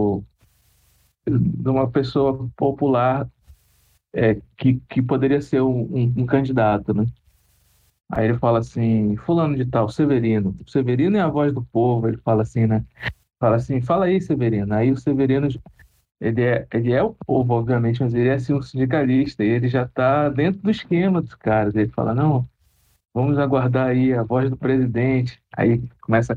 de uma pessoa popular que poderia ser um candidato, né? Aí ele fala assim, fulano de tal, Severino. O Severino é a voz do povo, ele fala assim, né? Fala assim, fala aí, Severino. Aí o Severino, ele é o povo, obviamente, mas ele é assim, um sindicalista, e ele já está dentro do esquema dos caras. Ele fala, não, vamos aguardar aí a voz do presidente. Aí começa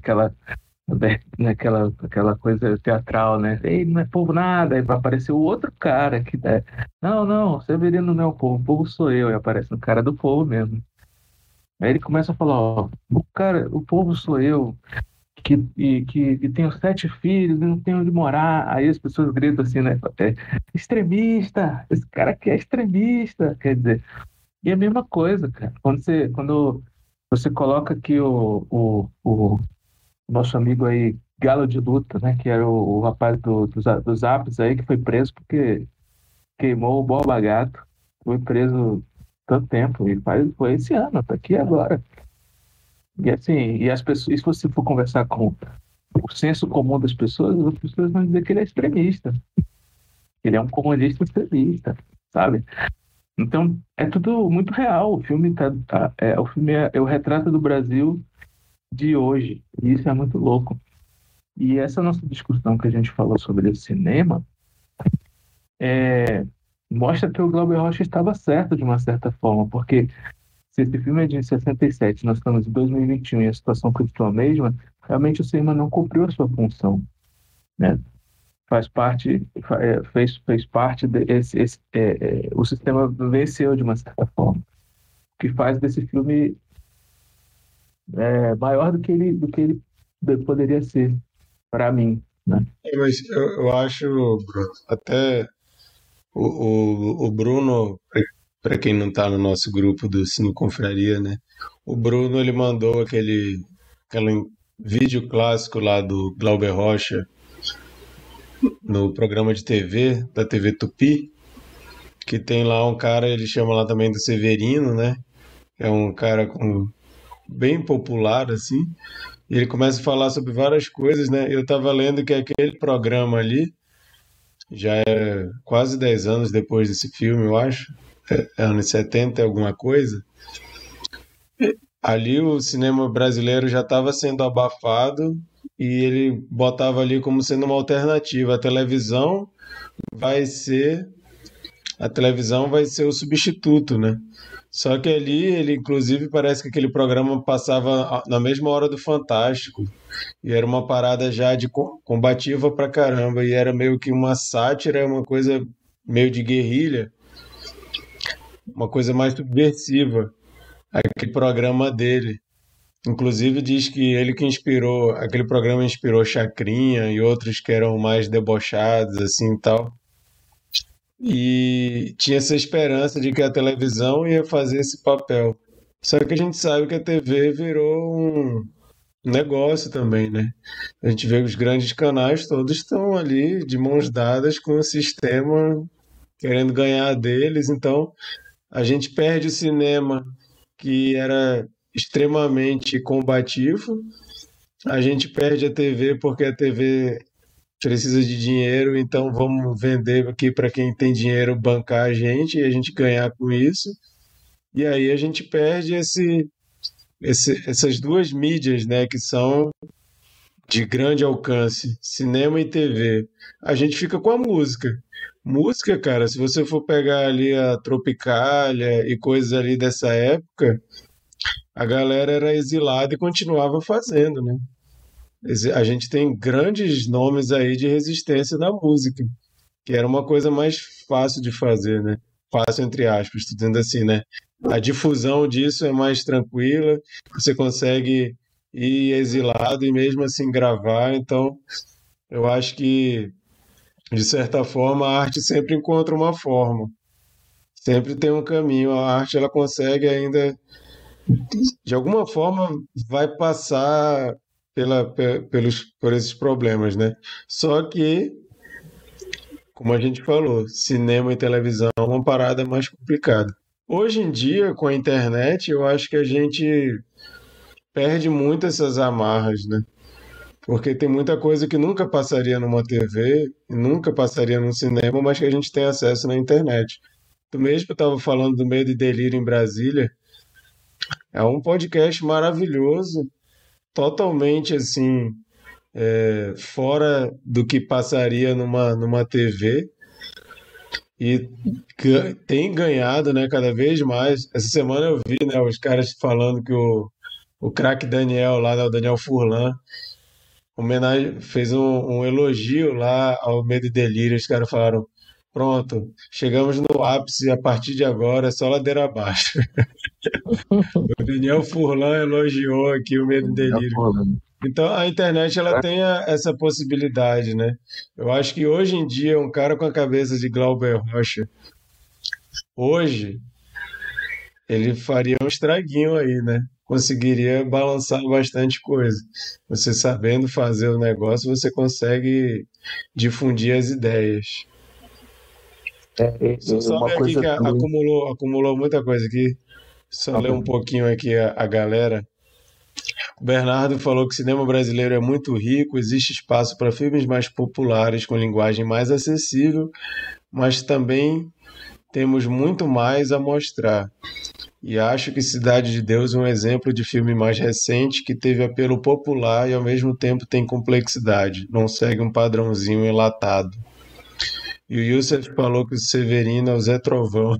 aquela coisa teatral, né? Ei, não é povo nada. Aí vai aparecer o outro cara que não, Severino não é o povo sou eu. E aparece o cara do povo mesmo. Aí ele começa a falar, ó, o povo sou eu, que tenho 7 filhos e não tenho onde morar. Aí as pessoas gritam assim, né? Extremista! Esse cara aqui é extremista! Quer dizer, e é a mesma coisa, cara. Quando você coloca aqui o nosso amigo aí, Galo de Luta, né? Que era o rapaz dos Apps aí, que foi preso porque queimou o Borba Gato. Foi preso tanto tempo. E foi esse ano, tá aqui agora. E assim, e as pessoas, e se você for conversar com o senso comum das pessoas, as pessoas vão dizer que ele é extremista. Ele é um comunista extremista, sabe? Então, é tudo muito real. O filme o filme é o retrato do Brasil de hoje. E isso é muito louco. E essa nossa discussão que a gente falou sobre o cinema mostra que o Glauber Rocha estava certo de uma certa forma, porque se esse filme é de 67, nós estamos em 2021 e a situação continua a mesma, realmente o cinema não cumpriu a sua função, né? Fez parte o sistema venceu de uma certa forma, o que faz desse filme maior do que ele poderia ser para mim, né? Mas eu acho, Bruno, até o Bruno, para quem não está no nosso grupo do Cine Confraria, né? O Bruno ele mandou aquele vídeo clássico lá do Glauber Rocha no programa de TV da TV Tupi, que tem lá um cara, ele chama lá também do Severino, né? é um cara bem popular, assim, e ele começa a falar sobre várias coisas, né? Eu estava lendo que aquele programa ali, já é quase 10 anos depois desse filme, eu acho, é anos 70 alguma coisa, ali o cinema brasileiro já estava sendo abafado e ele botava ali como sendo uma alternativa. Vai ser, a televisão vai ser o substituto, né? Só que ali, ele inclusive parece que aquele programa passava na mesma hora do Fantástico. E era uma parada já de combativa pra caramba. E era meio que uma sátira, uma coisa meio de guerrilha, uma coisa mais subversiva, aquele programa dele. Inclusive diz que ele que inspirou, aquele programa inspirou Chacrinha e outros que eram mais debochados, assim e tal. E tinha essa esperança de que a televisão ia fazer esse papel. Só que a gente sabe que a TV virou um negócio também, né? A gente vê que os grandes canais todos estão ali de mãos dadas com o sistema querendo ganhar deles, então a gente perde o cinema que era extremamente combativo, a gente perde a TV porque a TV precisa de dinheiro, então vamos vender aqui para quem tem dinheiro bancar a gente e a gente ganhar com isso. E aí a gente perde essas duas mídias, né, que são de grande alcance, cinema e TV. A gente fica com a música. Música, cara, se você for pegar ali a Tropicália e coisas ali dessa época, a galera era exilada e continuava fazendo, né? A gente tem grandes nomes aí de resistência na música, que era uma coisa mais fácil de fazer, né? Fácil entre aspas, tô dizendo assim, né? A difusão disso é mais tranquila, você consegue ir exilado e mesmo assim gravar, então eu acho que, de certa forma, a arte sempre encontra uma forma, sempre tem um caminho, a arte ela consegue ainda, de alguma forma, vai passar por esses problemas, né? Só que, como a gente falou, cinema e televisão é uma parada mais complicada. Hoje em dia, com a internet, eu acho que a gente perde muito essas amarras, né? Porque tem muita coisa que nunca passaria numa TV, nunca passaria num cinema, mas que a gente tem acesso na internet. Tu mesmo estava falando do Medo e Delírio em Brasília. É um podcast maravilhoso, totalmente assim, fora do que passaria numa TV. E tem ganhado, né, cada vez mais. Essa semana eu vi, né, os caras falando que o craque Daniel lá, né, o Daniel Furlan, fez um elogio lá ao Medo e Delírio. Os caras falaram: pronto, chegamos no ápice, a partir de agora é só ladeira abaixo. O Daniel Furlan elogiou aqui o Medo e Delírio. Então a internet ela tem essa possibilidade, né? Eu acho que hoje em dia um cara com a cabeça de Glauber Rocha, hoje ele faria um estraguinho aí, né? Conseguiria balançar bastante coisa. Você sabendo fazer o negócio, você consegue difundir as ideias. Só Uma ver aqui coisa que também. acumulou muita coisa aqui. Só ler um pouquinho aqui a galera. O Bernardo falou que o cinema brasileiro é muito rico, existe espaço para filmes mais populares com linguagem mais acessível, mas também temos muito mais a mostrar. E acho que Cidade de Deus é um exemplo de filme mais recente que teve apelo popular e ao mesmo tempo tem complexidade, não segue um padrãozinho enlatado. E o Youssef falou que o Severino é o Zé Trovão.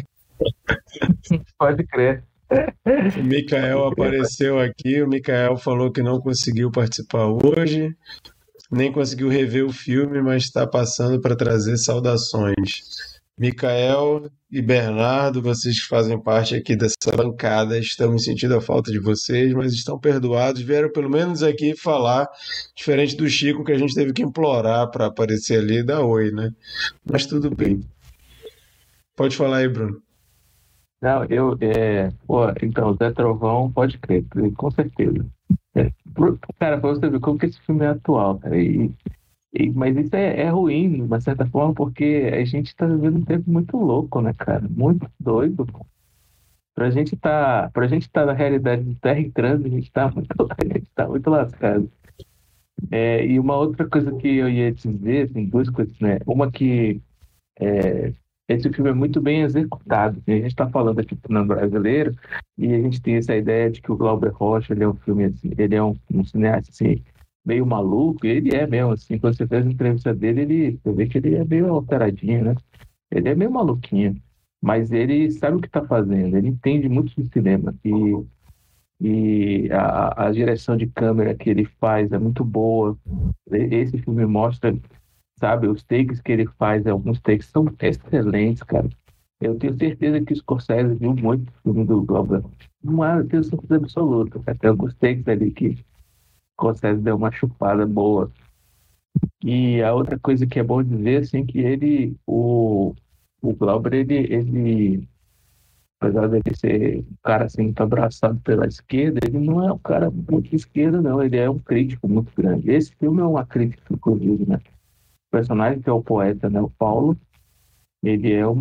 Pode crer. O Mikael apareceu aqui, o Mikael falou que não conseguiu participar hoje, nem conseguiu rever o filme, mas está passando para trazer saudações. Mikael e Bernardo, vocês que fazem parte aqui dessa bancada, estamos sentindo a falta de vocês, mas estão perdoados, vieram pelo menos aqui falar, diferente do Chico que a gente teve que implorar para aparecer ali e dar oi, né? Mas tudo bem. Pode falar aí, Bruno. Não, então, Zé Trovão, pode crer, com certeza. Cara, pra você ver como que esse filme é atual, cara, mas isso é ruim, de uma certa forma, porque a gente tá vivendo um tempo muito louco, né, cara? Muito doido. pra gente tá na realidade de terra em trânsito, a gente tá muito lascado. E uma outra coisa que eu ia te dizer, tem duas coisas, né? Uma que esse filme é muito bem executado. A gente está falando aqui do cinema brasileiro e a gente tem essa ideia de que o Glauber Rocha ele é um filme assim, ele é um cineasta assim, meio maluco, e ele é mesmo assim. Quando você fez a entrevista dele, você vê que ele é meio alteradinho, né? Ele é meio maluquinho, mas ele sabe o que está fazendo, ele entende muito de cinema e a direção de câmera que ele faz é muito boa. Esse filme mostra, sabe, os takes que ele faz, alguns takes são excelentes, cara. Eu tenho certeza que o Scorsese viu muito o filme do Glauber. Não tenho certeza absoluta, cara. Tem alguns takes ali que o Scorsese deu uma chupada boa. E a outra coisa que é bom dizer, assim, que o Glauber, apesar dele ser um cara, assim, muito abraçado pela esquerda, ele não é um cara muito de esquerda, não. Ele é um crítico muito grande. Esse filme é uma crítica, inclusive, né? O personagem que é o poeta, né, o Paulo, ele é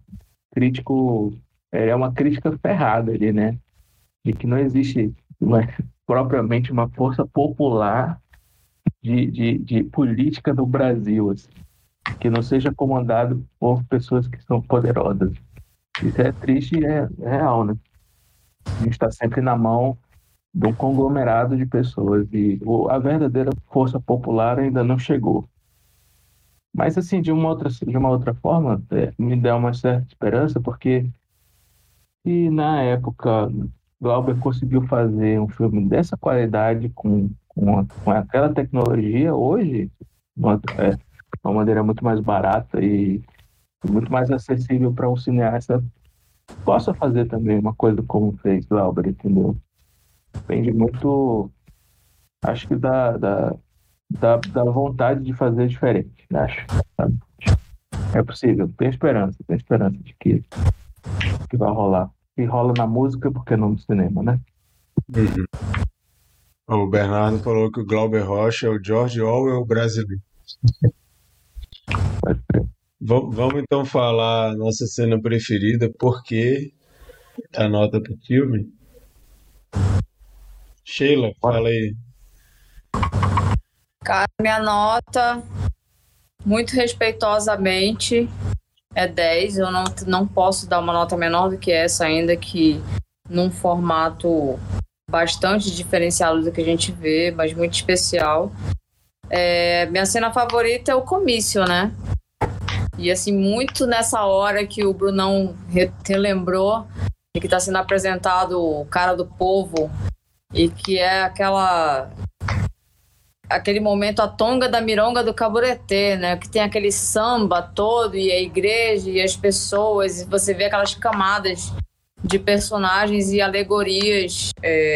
é uma crítica ferrada ali, né, de que não existe propriamente uma força popular de política no Brasil, assim, que não seja comandado por pessoas que são poderosas. Isso é triste e é real, né? A gente está sempre na mão de um conglomerado de pessoas e a verdadeira força popular ainda não chegou. Mas, assim, de uma outra forma, me dá uma certa esperança, porque se na época Glauber conseguiu fazer um filme dessa qualidade com aquela tecnologia, hoje, uma maneira muito mais barata e muito mais acessível para um cineasta, possa fazer também uma coisa como fez Glauber, entendeu? Depende muito, acho que da vontade de fazer diferente, acho, sabe? É possível, tenho esperança de que vai rolar. Se rola na música, por que não no cinema, né? Uhum. O Bernardo falou que o Glauber Rocha é o George Orwell brasileiro. Vamos então falar a nossa cena preferida, porque a nota pro filme. Sheila, fala aí. Cara, minha nota, muito respeitosamente, é 10. Eu não posso dar uma nota menor do que essa, ainda que num formato bastante diferenciado do que a gente vê, mas muito especial. Minha cena favorita é o comício, né? E assim, muito nessa hora que o Brunão relembrou de que está sendo apresentado o cara do povo e que é aquele momento, a tonga da mironga do Caburetê, né? Que tem aquele samba todo e a igreja e as pessoas, e você vê aquelas camadas de personagens e alegorias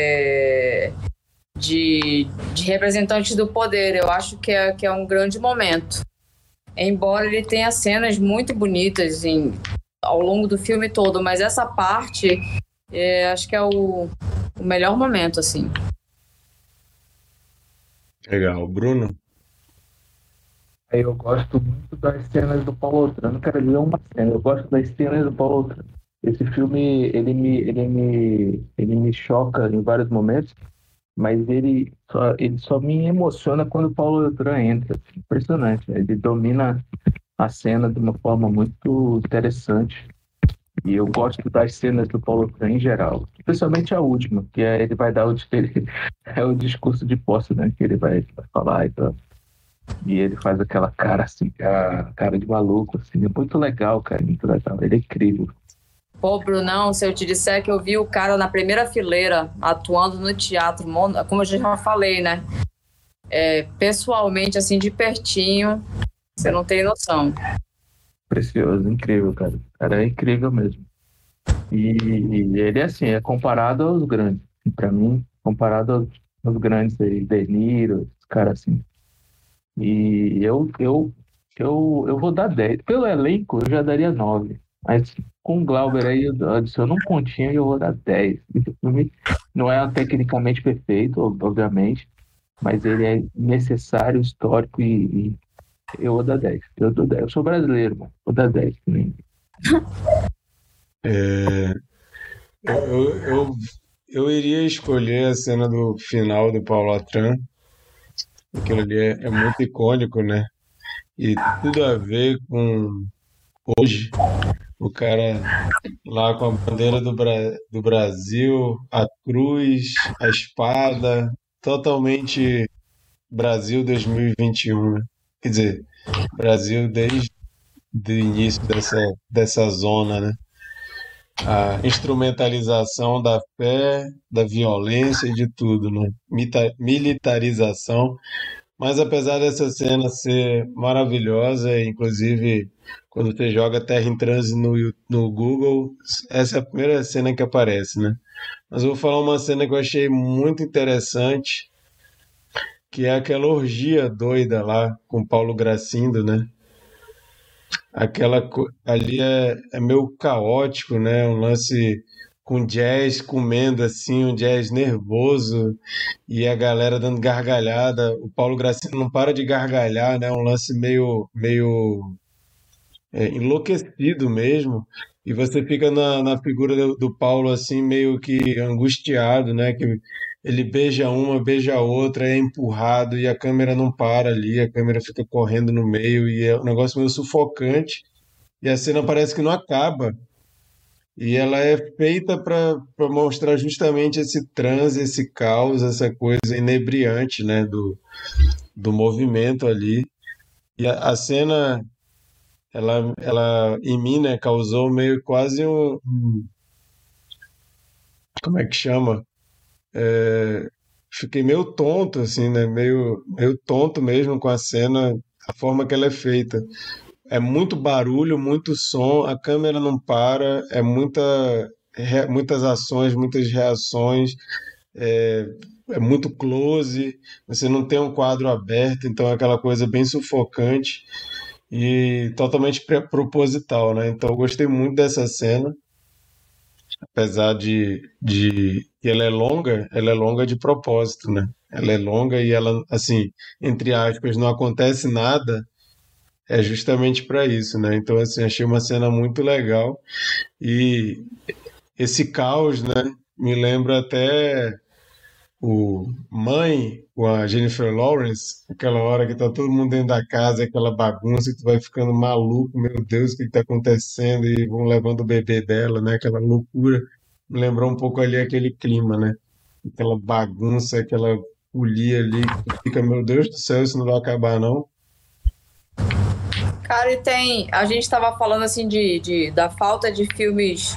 de representantes do poder. Eu acho que é um grande momento. Embora ele tenha cenas muito bonitas ao longo do filme todo, mas essa parte acho que é o melhor momento, assim. Legal. Bruno? Eu gosto muito das cenas do Paulo Otran. Não quero dizer uma cena, eu gosto das cenas do Paulo Otran. Esse filme, ele me choca em vários momentos, mas ele só me emociona quando o Paulo Otran entra. Impressionante. Ele domina a cena de uma forma muito interessante. E eu gosto das cenas do Paulo Otran em geral, especialmente a última, que ele vai dar é o discurso de posse, né? Que ele vai falar e tal. E ele faz aquela cara assim, a cara de maluco, assim. É muito legal, cara, muito legal. Ele é incrível. Pô, Brunão, se eu te disser que eu vi o cara na primeira fileira atuando no teatro, como eu já falei, né? Pessoalmente, assim, de pertinho, você não tem noção. Precioso, incrível, cara. O cara é incrível mesmo. E ele, assim, é comparado aos grandes. Pra mim, comparado aos grandes aí, De Niro, esse cara assim. E eu vou dar 10. Pelo elenco, eu já daria 9. Mas com o Glauber aí, eu adiciono um pontinho e eu vou dar 10. Esse filme não é tecnicamente perfeito, obviamente, mas ele é necessário, histórico e eu vou dar 10. Eu dou 10. Eu sou brasileiro, mano. Vou dar 10. Eu, eu iria escolher a cena do final do Paulo Atran. Aquilo ali é muito icônico, né? E tudo a ver com hoje. O cara lá com a bandeira do Brasil, a cruz, a espada, totalmente Brasil 2021, né? Quer dizer, Brasil desde o início dessa zona, né? A instrumentalização da fé, da violência e de tudo, né? Militarização. Mas apesar dessa cena ser maravilhosa, inclusive quando você joga Terra em Transe no Google, essa é a primeira cena que aparece, né? Mas eu vou falar uma cena que eu achei muito interessante, que é aquela orgia doida lá com Paulo Gracindo, né? Ali é meio caótico, né? Um lance com jazz comendo assim, um jazz nervoso e a galera dando gargalhada. O Paulo Gracindo não para de gargalhar, né? Um lance meio enlouquecido mesmo. E você fica na figura do Paulo assim, meio que angustiado, né? Que ele beija uma, beija a outra, é empurrado e a câmera não para ali, a câmera fica correndo no meio e é um negócio meio sufocante. E a cena parece que não acaba. E ela é feita para mostrar justamente esse transe, esse caos, essa coisa inebriante, né, do movimento ali. E a cena, ela em mim, né, causou meio quase como é que chama? Fiquei meio tonto, assim, né, meio tonto mesmo com a cena, a forma que ela é feita. É muito barulho, muito som, a câmera não para, muitas ações, muitas reações, é, é muito close, você não tem um quadro aberto, então é aquela coisa bem sufocante e totalmente proposital, né? Então eu gostei muito dessa cena, apesar de que ela é longa de propósito, né? Ela é longa e ela, assim, entre aspas, não acontece nada é justamente para isso, né? Então, assim, achei uma cena muito legal e esse caos, né, me lembra até o Mãe com a Jennifer Lawrence, aquela hora que tá todo mundo dentro da casa, aquela bagunça, que tu vai ficando maluco, meu Deus, o que que tá acontecendo? E vão levando o bebê dela, né? Aquela loucura. Me lembrou um pouco ali aquele clima, né? Aquela bagunça, aquela folia ali, que tu fica, meu Deus do céu, isso não vai acabar, não. Cara, e tem. A gente estava falando assim da falta de filmes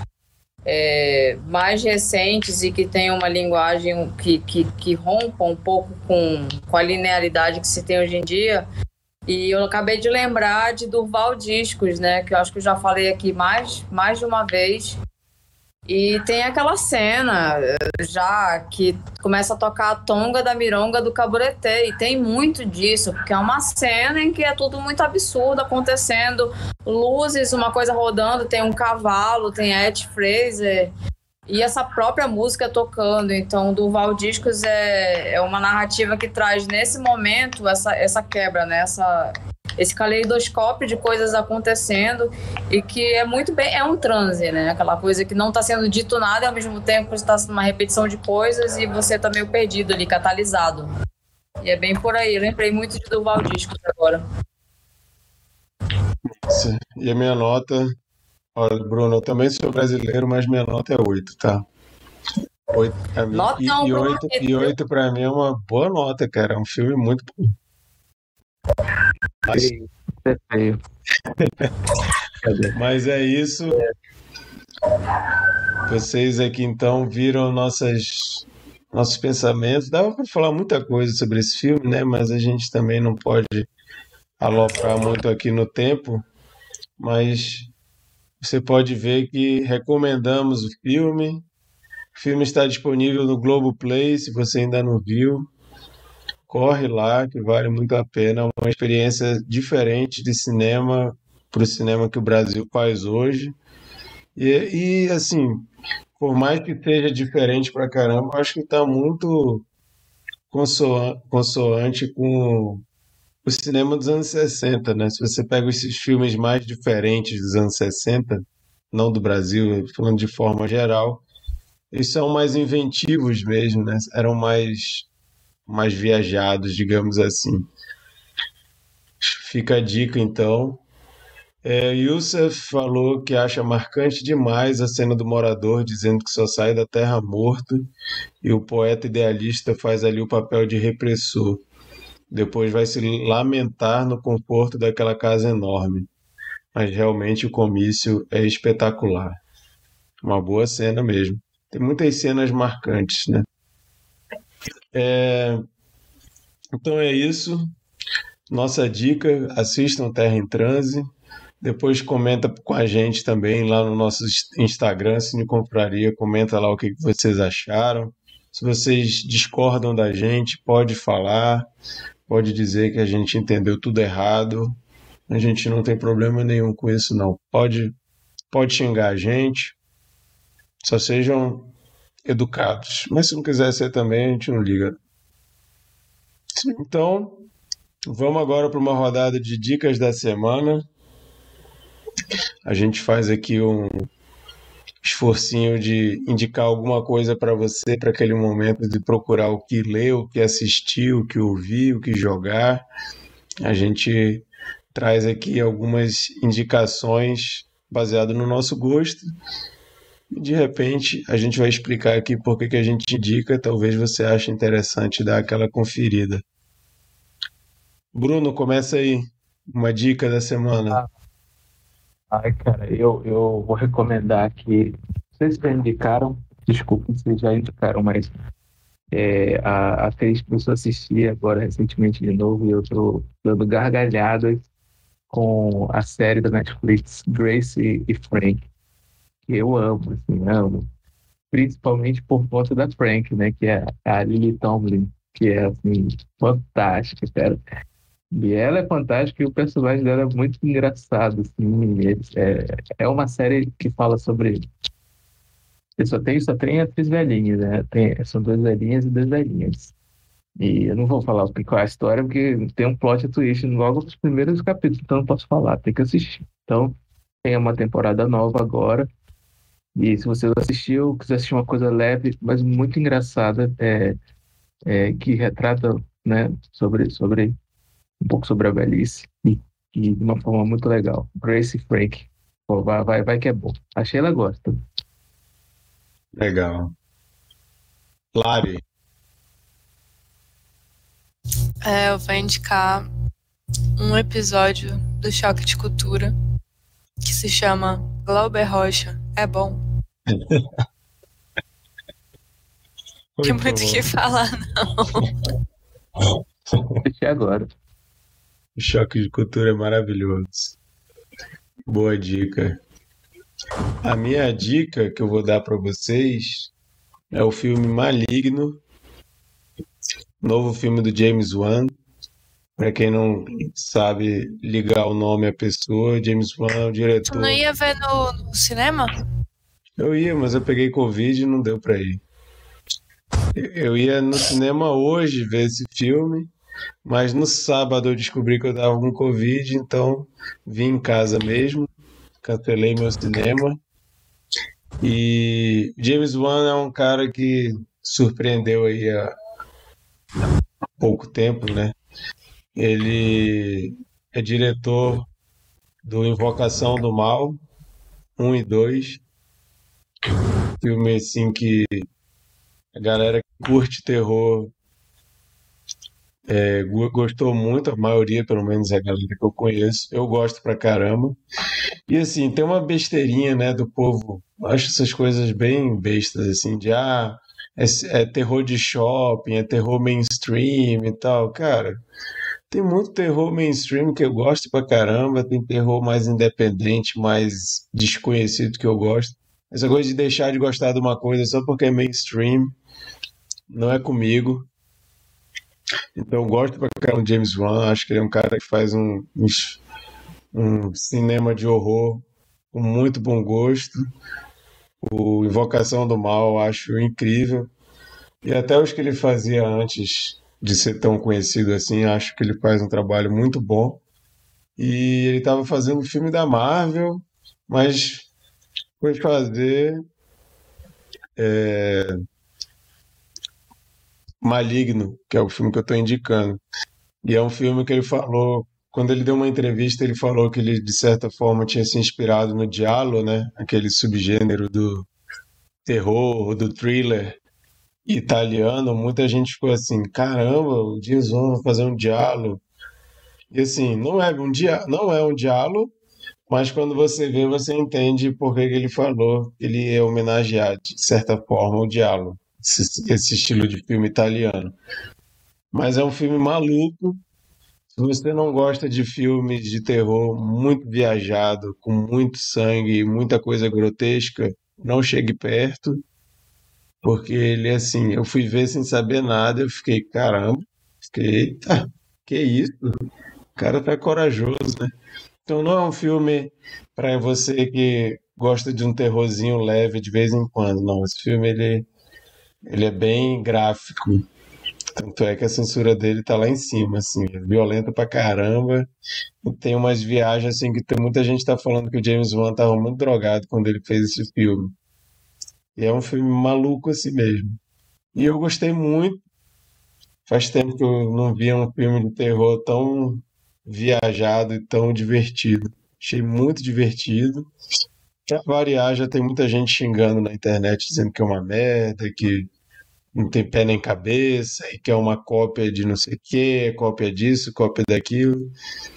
mais recentes e que tem uma linguagem que rompa um pouco com a linearidade que se tem hoje em dia. E eu acabei de lembrar de Durval Discos, né? Que eu acho que eu já falei aqui mais de uma vez. E tem aquela cena já que começa a tocar a tonga da mironga do Caburetê. E tem muito disso, porque é uma cena em que é tudo muito absurdo acontecendo. Luzes, uma coisa rodando, tem um cavalo, tem a Ed Fraser e essa própria música tocando. Então, Durval Discos é uma narrativa que traz nesse momento essa quebra, né? Esse caleidoscópio de coisas acontecendo e que é muito bem, é um transe, né? Aquela coisa que não está sendo dito nada e ao mesmo tempo está sendo uma repetição de coisas e você está meio perdido ali, catalisado. E é bem por aí. Eu lembrei muito de Durval Discos agora. E a minha nota, olha, Bruno, eu também sou brasileiro, mas minha nota é 8, tá? 8 pra mim. Notão, Bruno. E 8 pra mim é uma boa nota, cara. É um filme muito bom. Mas, Feio. É feio. Cadê? mas é isso. Vocês aqui então viram nossos pensamentos. Dava para falar muita coisa sobre esse filme, né? Mas a gente também não pode aloprar muito aqui no tempo. Mas você pode ver que recomendamos o filme. O filme está disponível no Globoplay, se você ainda não viu. Corre lá, que vale muito a pena. É uma experiência diferente de cinema para o cinema que o Brasil faz hoje. Assim, por mais que seja diferente pra caramba, eu acho que está muito consoante com o cinema dos anos 60, né? Se você pega esses filmes mais diferentes dos anos 60, não do Brasil, falando de forma geral, eles são mais inventivos mesmo, né? Eram mais viajados, digamos assim. Fica a dica, então. Youssef falou que acha marcante demais a cena do morador dizendo que só sai da terra morto e o poeta idealista faz ali o papel de repressor. Depois vai se lamentar no conforto daquela casa enorme. Mas realmente o comício é espetacular. Uma boa cena mesmo. Tem muitas cenas marcantes, né? Então é isso. Nossa dica, assistam Terra em Transe. Depois comenta com a gente também lá no nosso Instagram, Cine Confraria. Comenta lá o que vocês acharam. Se vocês discordam da gente, pode falar. Pode dizer que a gente entendeu tudo errado. A gente não tem problema nenhum com isso, não. Pode xingar a gente. Só sejam educados. Mas se não quiser ser também, a gente não liga. Então, vamos agora para uma rodada de dicas da semana. A gente faz aqui um esforcinho de indicar alguma coisa para você, para aquele momento de procurar o que ler, o que assistir, o que ouvir, o que jogar. A gente traz aqui algumas indicações baseadas no nosso gosto. E de repente, a gente vai explicar aqui por que a gente indica. Talvez você ache interessante dar aquela conferida. Bruno, começa aí. Uma dica da semana. Ai, cara, eu vou recomendar aqui. Vocês já indicaram, desculpa, vocês já indicaram, mas a atriz começou a assistir agora recentemente de novo e eu tô dando gargalhadas com a série da Netflix, Grace e Frank, que eu amo, assim, amo. Principalmente por conta da Frank, né, que é a Lily Tomlin, que é, assim, fantástica, cara. E ela é fantástica e o personagem dela é muito engraçado, assim. É uma série que fala sobre... Só tem atrizes velhinhas, né? São duas velhinhas e duas velhinhas. E eu não vou falar qual é a história, porque tem um plot twist logo nos primeiros capítulos, então eu não posso falar, tem que assistir. Então, tem uma temporada nova agora. E se você não assistiu, quiser assistir uma coisa leve, mas muito engraçada, que retrata, né, sobre um pouco sobre a velhice e de uma forma muito legal. Grace Frank. Pô, vai que é bom. A Sheila gosta. Legal. Lari. Eu vou indicar um episódio do Choque de Cultura que se chama Glauber Rocha. É bom. Tem muito o que falar, não. Assistir agora. O Choque de Cultura é maravilhoso. Boa dica. A minha dica que eu vou dar para vocês é o filme Maligno, novo filme do James Wan. Para quem não sabe ligar o nome à pessoa, James Wan é o Tu diretor. não ia ver no cinema? Eu ia, mas eu peguei Covid e não deu para ir. Eu ia no cinema hoje ver esse filme, mas no sábado eu descobri que eu tava com Covid, então vim em casa mesmo, cancelei meu cinema. E James Wan é um cara que surpreendeu aí há pouco tempo, né? Ele é diretor do Invocação do Mal 1 e 2, filme assim que a galera que curte terror gostou muito, a maioria, pelo menos a galera que eu conheço, eu gosto pra caramba. E assim, tem uma besteirinha, né, do povo, eu acho essas coisas bem bestas, assim, é terror de shopping, é terror mainstream e tal, cara. Tem muito terror mainstream que eu gosto pra caramba, tem terror mais independente, mais desconhecido que eu gosto. Essa coisa de deixar de gostar de uma coisa só porque é mainstream, não é comigo. Então eu gosto pra caramba do James Wan, acho que ele é um cara que faz um cinema de horror com muito bom gosto. O Invocação do Mal eu acho incrível. E até os que ele fazia antes de ser tão conhecido assim, acho que ele faz um trabalho muito bom. E ele estava fazendo um filme da Marvel, mas foi fazer é, Maligno, que é o filme que eu estou indicando. E é um filme que ele falou, quando ele deu uma entrevista, ele falou que ele, de certa forma, tinha se inspirado no giallo, né? Aquele subgênero do terror, do thriller italiano. Muita gente ficou assim, caramba, o James Wan vai fazer um giallo. E assim, não é um giallo, mas quando você vê, você entende por que que ele falou que ele ia homenagear, de certa forma, o giallo, esse estilo de filme italiano. Mas é um filme maluco. Se você não gosta de filmes de terror muito viajado, com muito sangue e muita coisa grotesca, não chegue perto, porque ele, assim, eu fui ver sem saber nada, eu fiquei, caramba, fiquei, eita, que isso? O cara tá corajoso, né? Então não é um filme para você que gosta de um terrorzinho leve de vez em quando, não. Esse filme, ele é bem gráfico. Tanto é que a censura dele tá lá em cima, assim, é violenta pra caramba. E tem umas viagens, assim, que tem muita gente tá falando que o James Wan tava muito drogado quando ele fez esse filme. E é um filme maluco assim mesmo. E eu gostei muito. Faz tempo que eu não via um filme de terror tão viajado e tão divertido. Achei muito divertido. Pra variar, já tem muita gente xingando na internet, dizendo que é uma merda, que não tem pé nem cabeça, e que é uma cópia de não sei o quê, cópia disso, cópia daquilo.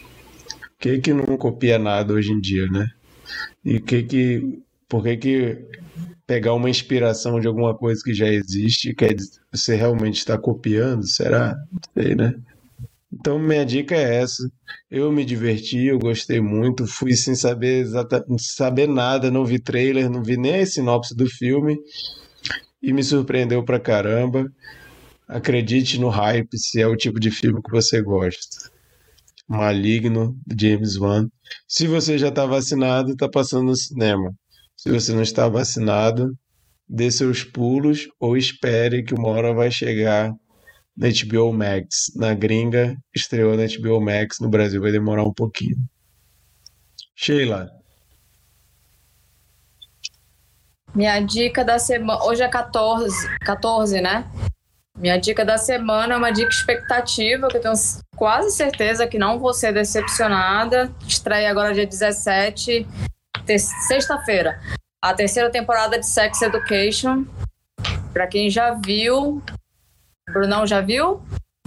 Que não copia nada hoje em dia, né? E por que pegar uma inspiração de alguma coisa que já existe, você realmente está copiando? Será? Não sei, né? Então, minha dica é essa. Eu me diverti, eu gostei muito, fui sem saber nada, não vi trailer, não vi nem a sinopse do filme e me surpreendeu pra caramba. Acredite no hype se é o tipo de filme que você gosta. Maligno, de James Wan. Se você já está vacinado, está passando no cinema. Se você não está vacinado, dê seus pulos ou espere que uma hora vai chegar na HBO Max. Na gringa, estreou na HBO Max, no Brasil vai demorar um pouquinho. Sheila, Minha dica da semana. Hoje é 14, né? Minha dica da semana é uma dica expectativa, que eu tenho quase certeza que não vou ser decepcionada. Estreia agora dia 17, sexta-feira. A terceira temporada de Sex Education. Pra quem já viu. Brunão, já viu?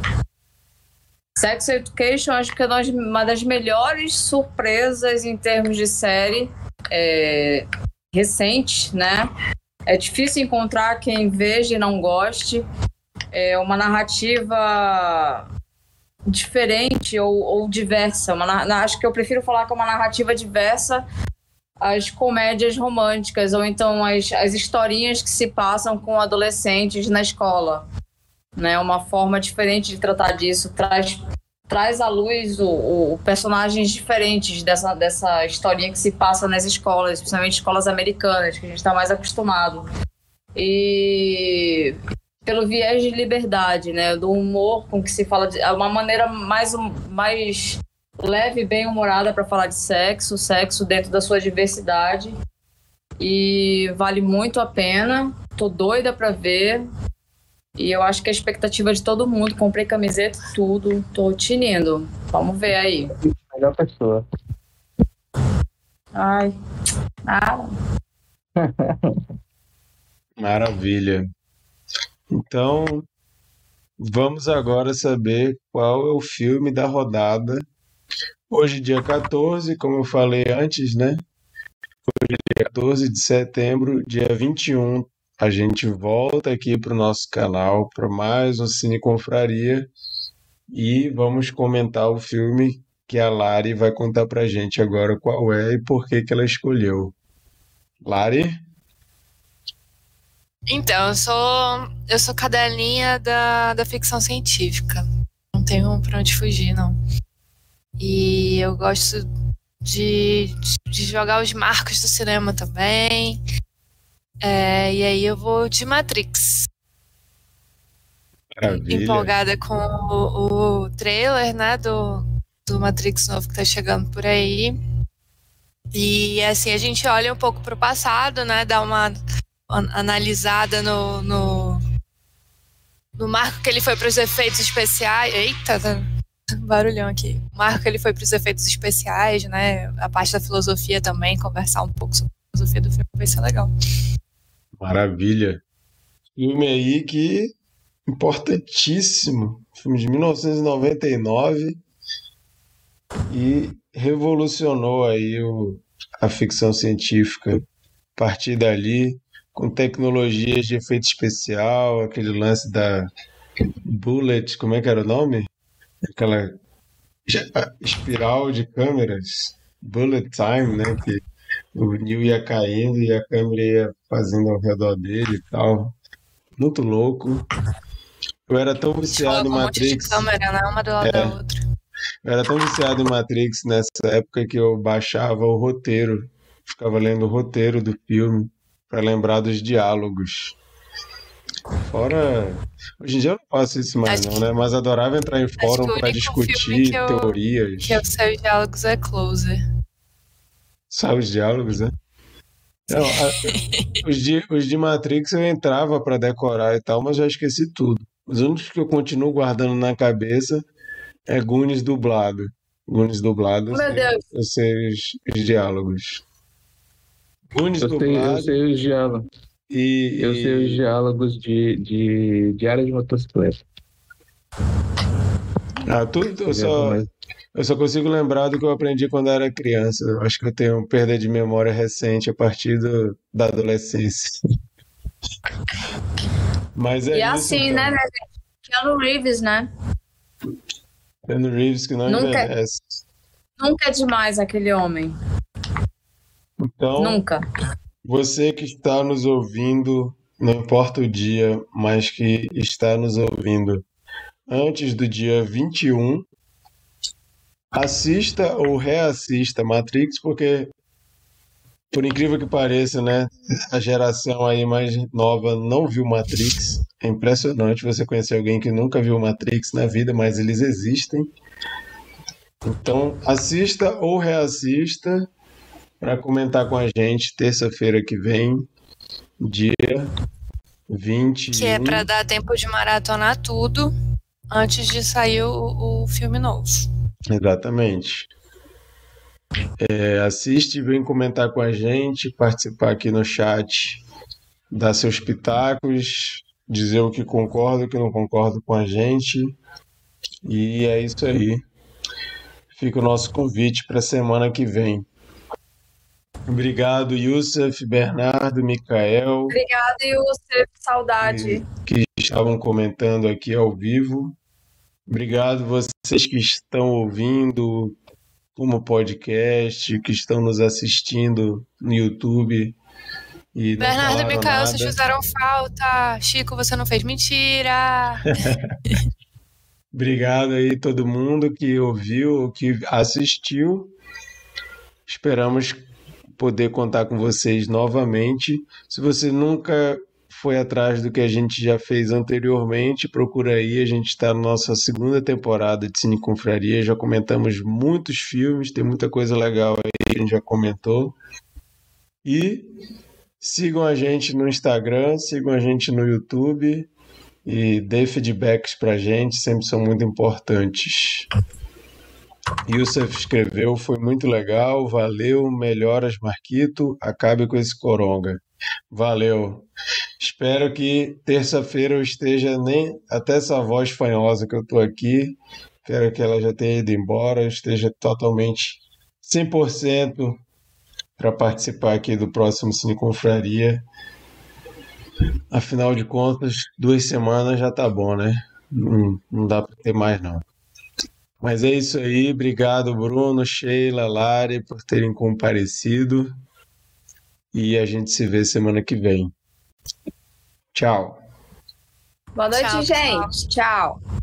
Sex Education, acho que é uma das melhores surpresas em termos de série recente, né? É difícil encontrar quem veja e não goste. É uma narrativa diferente ou diversa. Acho que eu prefiro falar que é uma narrativa diversa às comédias românticas, ou então as historinhas que se passam com adolescentes na escola. Né? Uma forma diferente de tratar disso, traz à luz personagens diferentes dessa historinha que se passa nas escolas, principalmente escolas americanas, que a gente está mais acostumado. E pelo viés de liberdade, né? Do humor com que se fala, uma maneira mais leve e bem humorada para falar de sexo dentro da sua diversidade. E vale muito a pena. Tô doida para ver. E eu acho que a expectativa de todo mundo, comprei camiseta e tudo, tô tinindo. Vamos ver aí. Melhor pessoa. Ai. maravilha. Então, vamos agora saber qual é o filme da rodada. Hoje, dia 14, como eu falei antes, né? Hoje, dia 14 de setembro, dia 21, a gente volta aqui para o nosso canal para mais um Cine Confraria e vamos comentar o filme que a Lari vai contar para a gente agora qual é e por que ela escolheu. Lari? Então, eu sou cadelinha da ficção científica. Não tenho pra onde fugir, não. E eu gosto de jogar os marcos do cinema também. E aí eu vou de Matrix. Maravilha. Empolgada com o trailer, né, do Matrix novo que tá chegando por aí. E assim, a gente olha um pouco pro passado, né, dá uma analisada no marco que ele foi para os efeitos especiais. Eita, tá um barulhão aqui. O marco que ele foi para os efeitos especiais, né? A parte da filosofia também, conversar um pouco sobre a filosofia do filme vai ser legal. Maravilha. Filme aí que importantíssimo. Filme de 1999 e revolucionou aí a ficção científica. A partir dali, com tecnologias de efeito especial, aquele lance da Bullet, como é que era o nome? Aquela espiral de câmeras, Bullet Time, né? Que o Neo ia caindo e a câmera ia fazendo ao redor dele e tal. Muito louco. Eu era tão viciado em Um monte de Matrix. câmera, né? Uma do lado da outra. Eu era tão viciado em Matrix nessa época que eu baixava o roteiro, ficava lendo o roteiro do filme para lembrar dos diálogos. Fora. Hoje em dia eu não faço isso mais, não, né? Mas adorava entrar em fórum que o para único filme discutir que eu teorias. eu sei os diálogos é Closer. Sabe os diálogos, né? Não, os de Matrix eu entrava para decorar e tal, mas já esqueci tudo. Os únicos que eu continuo guardando na cabeça é Goonies dublado. Goonies dublado, Meu Deus. eu sei os diálogos. Goonies Eu dublado sei os diálogos. Eu sei os diálogos de Diário de Motocicleta. Tudo, eu só consigo lembrar do que eu aprendi quando era criança. Eu acho que eu tenho perda de memória recente a partir da adolescência. Mas é E isso, assim, então. né, gente? Keanu Reeves, né? Keanu Reeves que não Nunca- envelhece. Nunca é demais aquele homem. Então, Nunca. você que está nos ouvindo, não importa o dia, mas que está nos ouvindo antes do dia 21, assista ou reassista Matrix, porque, por incrível que pareça, né, a geração aí mais nova não viu Matrix. É impressionante você conhecer alguém que nunca viu Matrix na vida, mas eles existem. Então, assista ou reassista para comentar com a gente terça-feira que vem, dia 21. Que é pra dar tempo de maratonar tudo antes de sair o filme novo. Exatamente. Assiste, vem comentar com a gente, participar aqui no chat, dar seus pitacos, dizer o que concorda, o que não concorda com a gente. E é isso aí. Fica o nosso convite para a semana que vem. Obrigado, Youssef, Bernardo, Micael, Obrigada, Yusuf. Saudade. que estavam comentando aqui ao vivo. Obrigado vocês que estão ouvindo como podcast, que estão nos assistindo no YouTube e não Bernardo e falaram Micael, vocês nada. fizeram falta. Chico, você não fez mentira. Obrigado aí todo mundo que ouviu, que assistiu. Esperamos poder contar com vocês novamente. Se você nunca foi atrás do que a gente já fez anteriormente, procura aí. A gente está na nossa segunda temporada de Cine Confraria. Já comentamos muitos filmes, tem muita coisa legal aí que a gente já comentou. E sigam a gente no Instagram, sigam a gente no YouTube e dê feedbacks pra gente, sempre são muito importantes. Youssef escreveu, foi muito legal, valeu, melhoras Marquito, acabe com esse coronga. Valeu. Espero que terça-feira eu esteja nem até essa voz fanhosa que eu tô aqui, espero que ela já tenha ido embora, esteja totalmente 100% para participar aqui do próximo Cine Confraria. Afinal de contas, 2 semanas já tá bom, né? Não dá para ter mais, não. Mas é isso aí. Obrigado, Bruno, Sheila, Lari, por terem comparecido. E a gente se vê semana que vem. Tchau. Boa noite, Tchau, pessoal. gente. Tchau.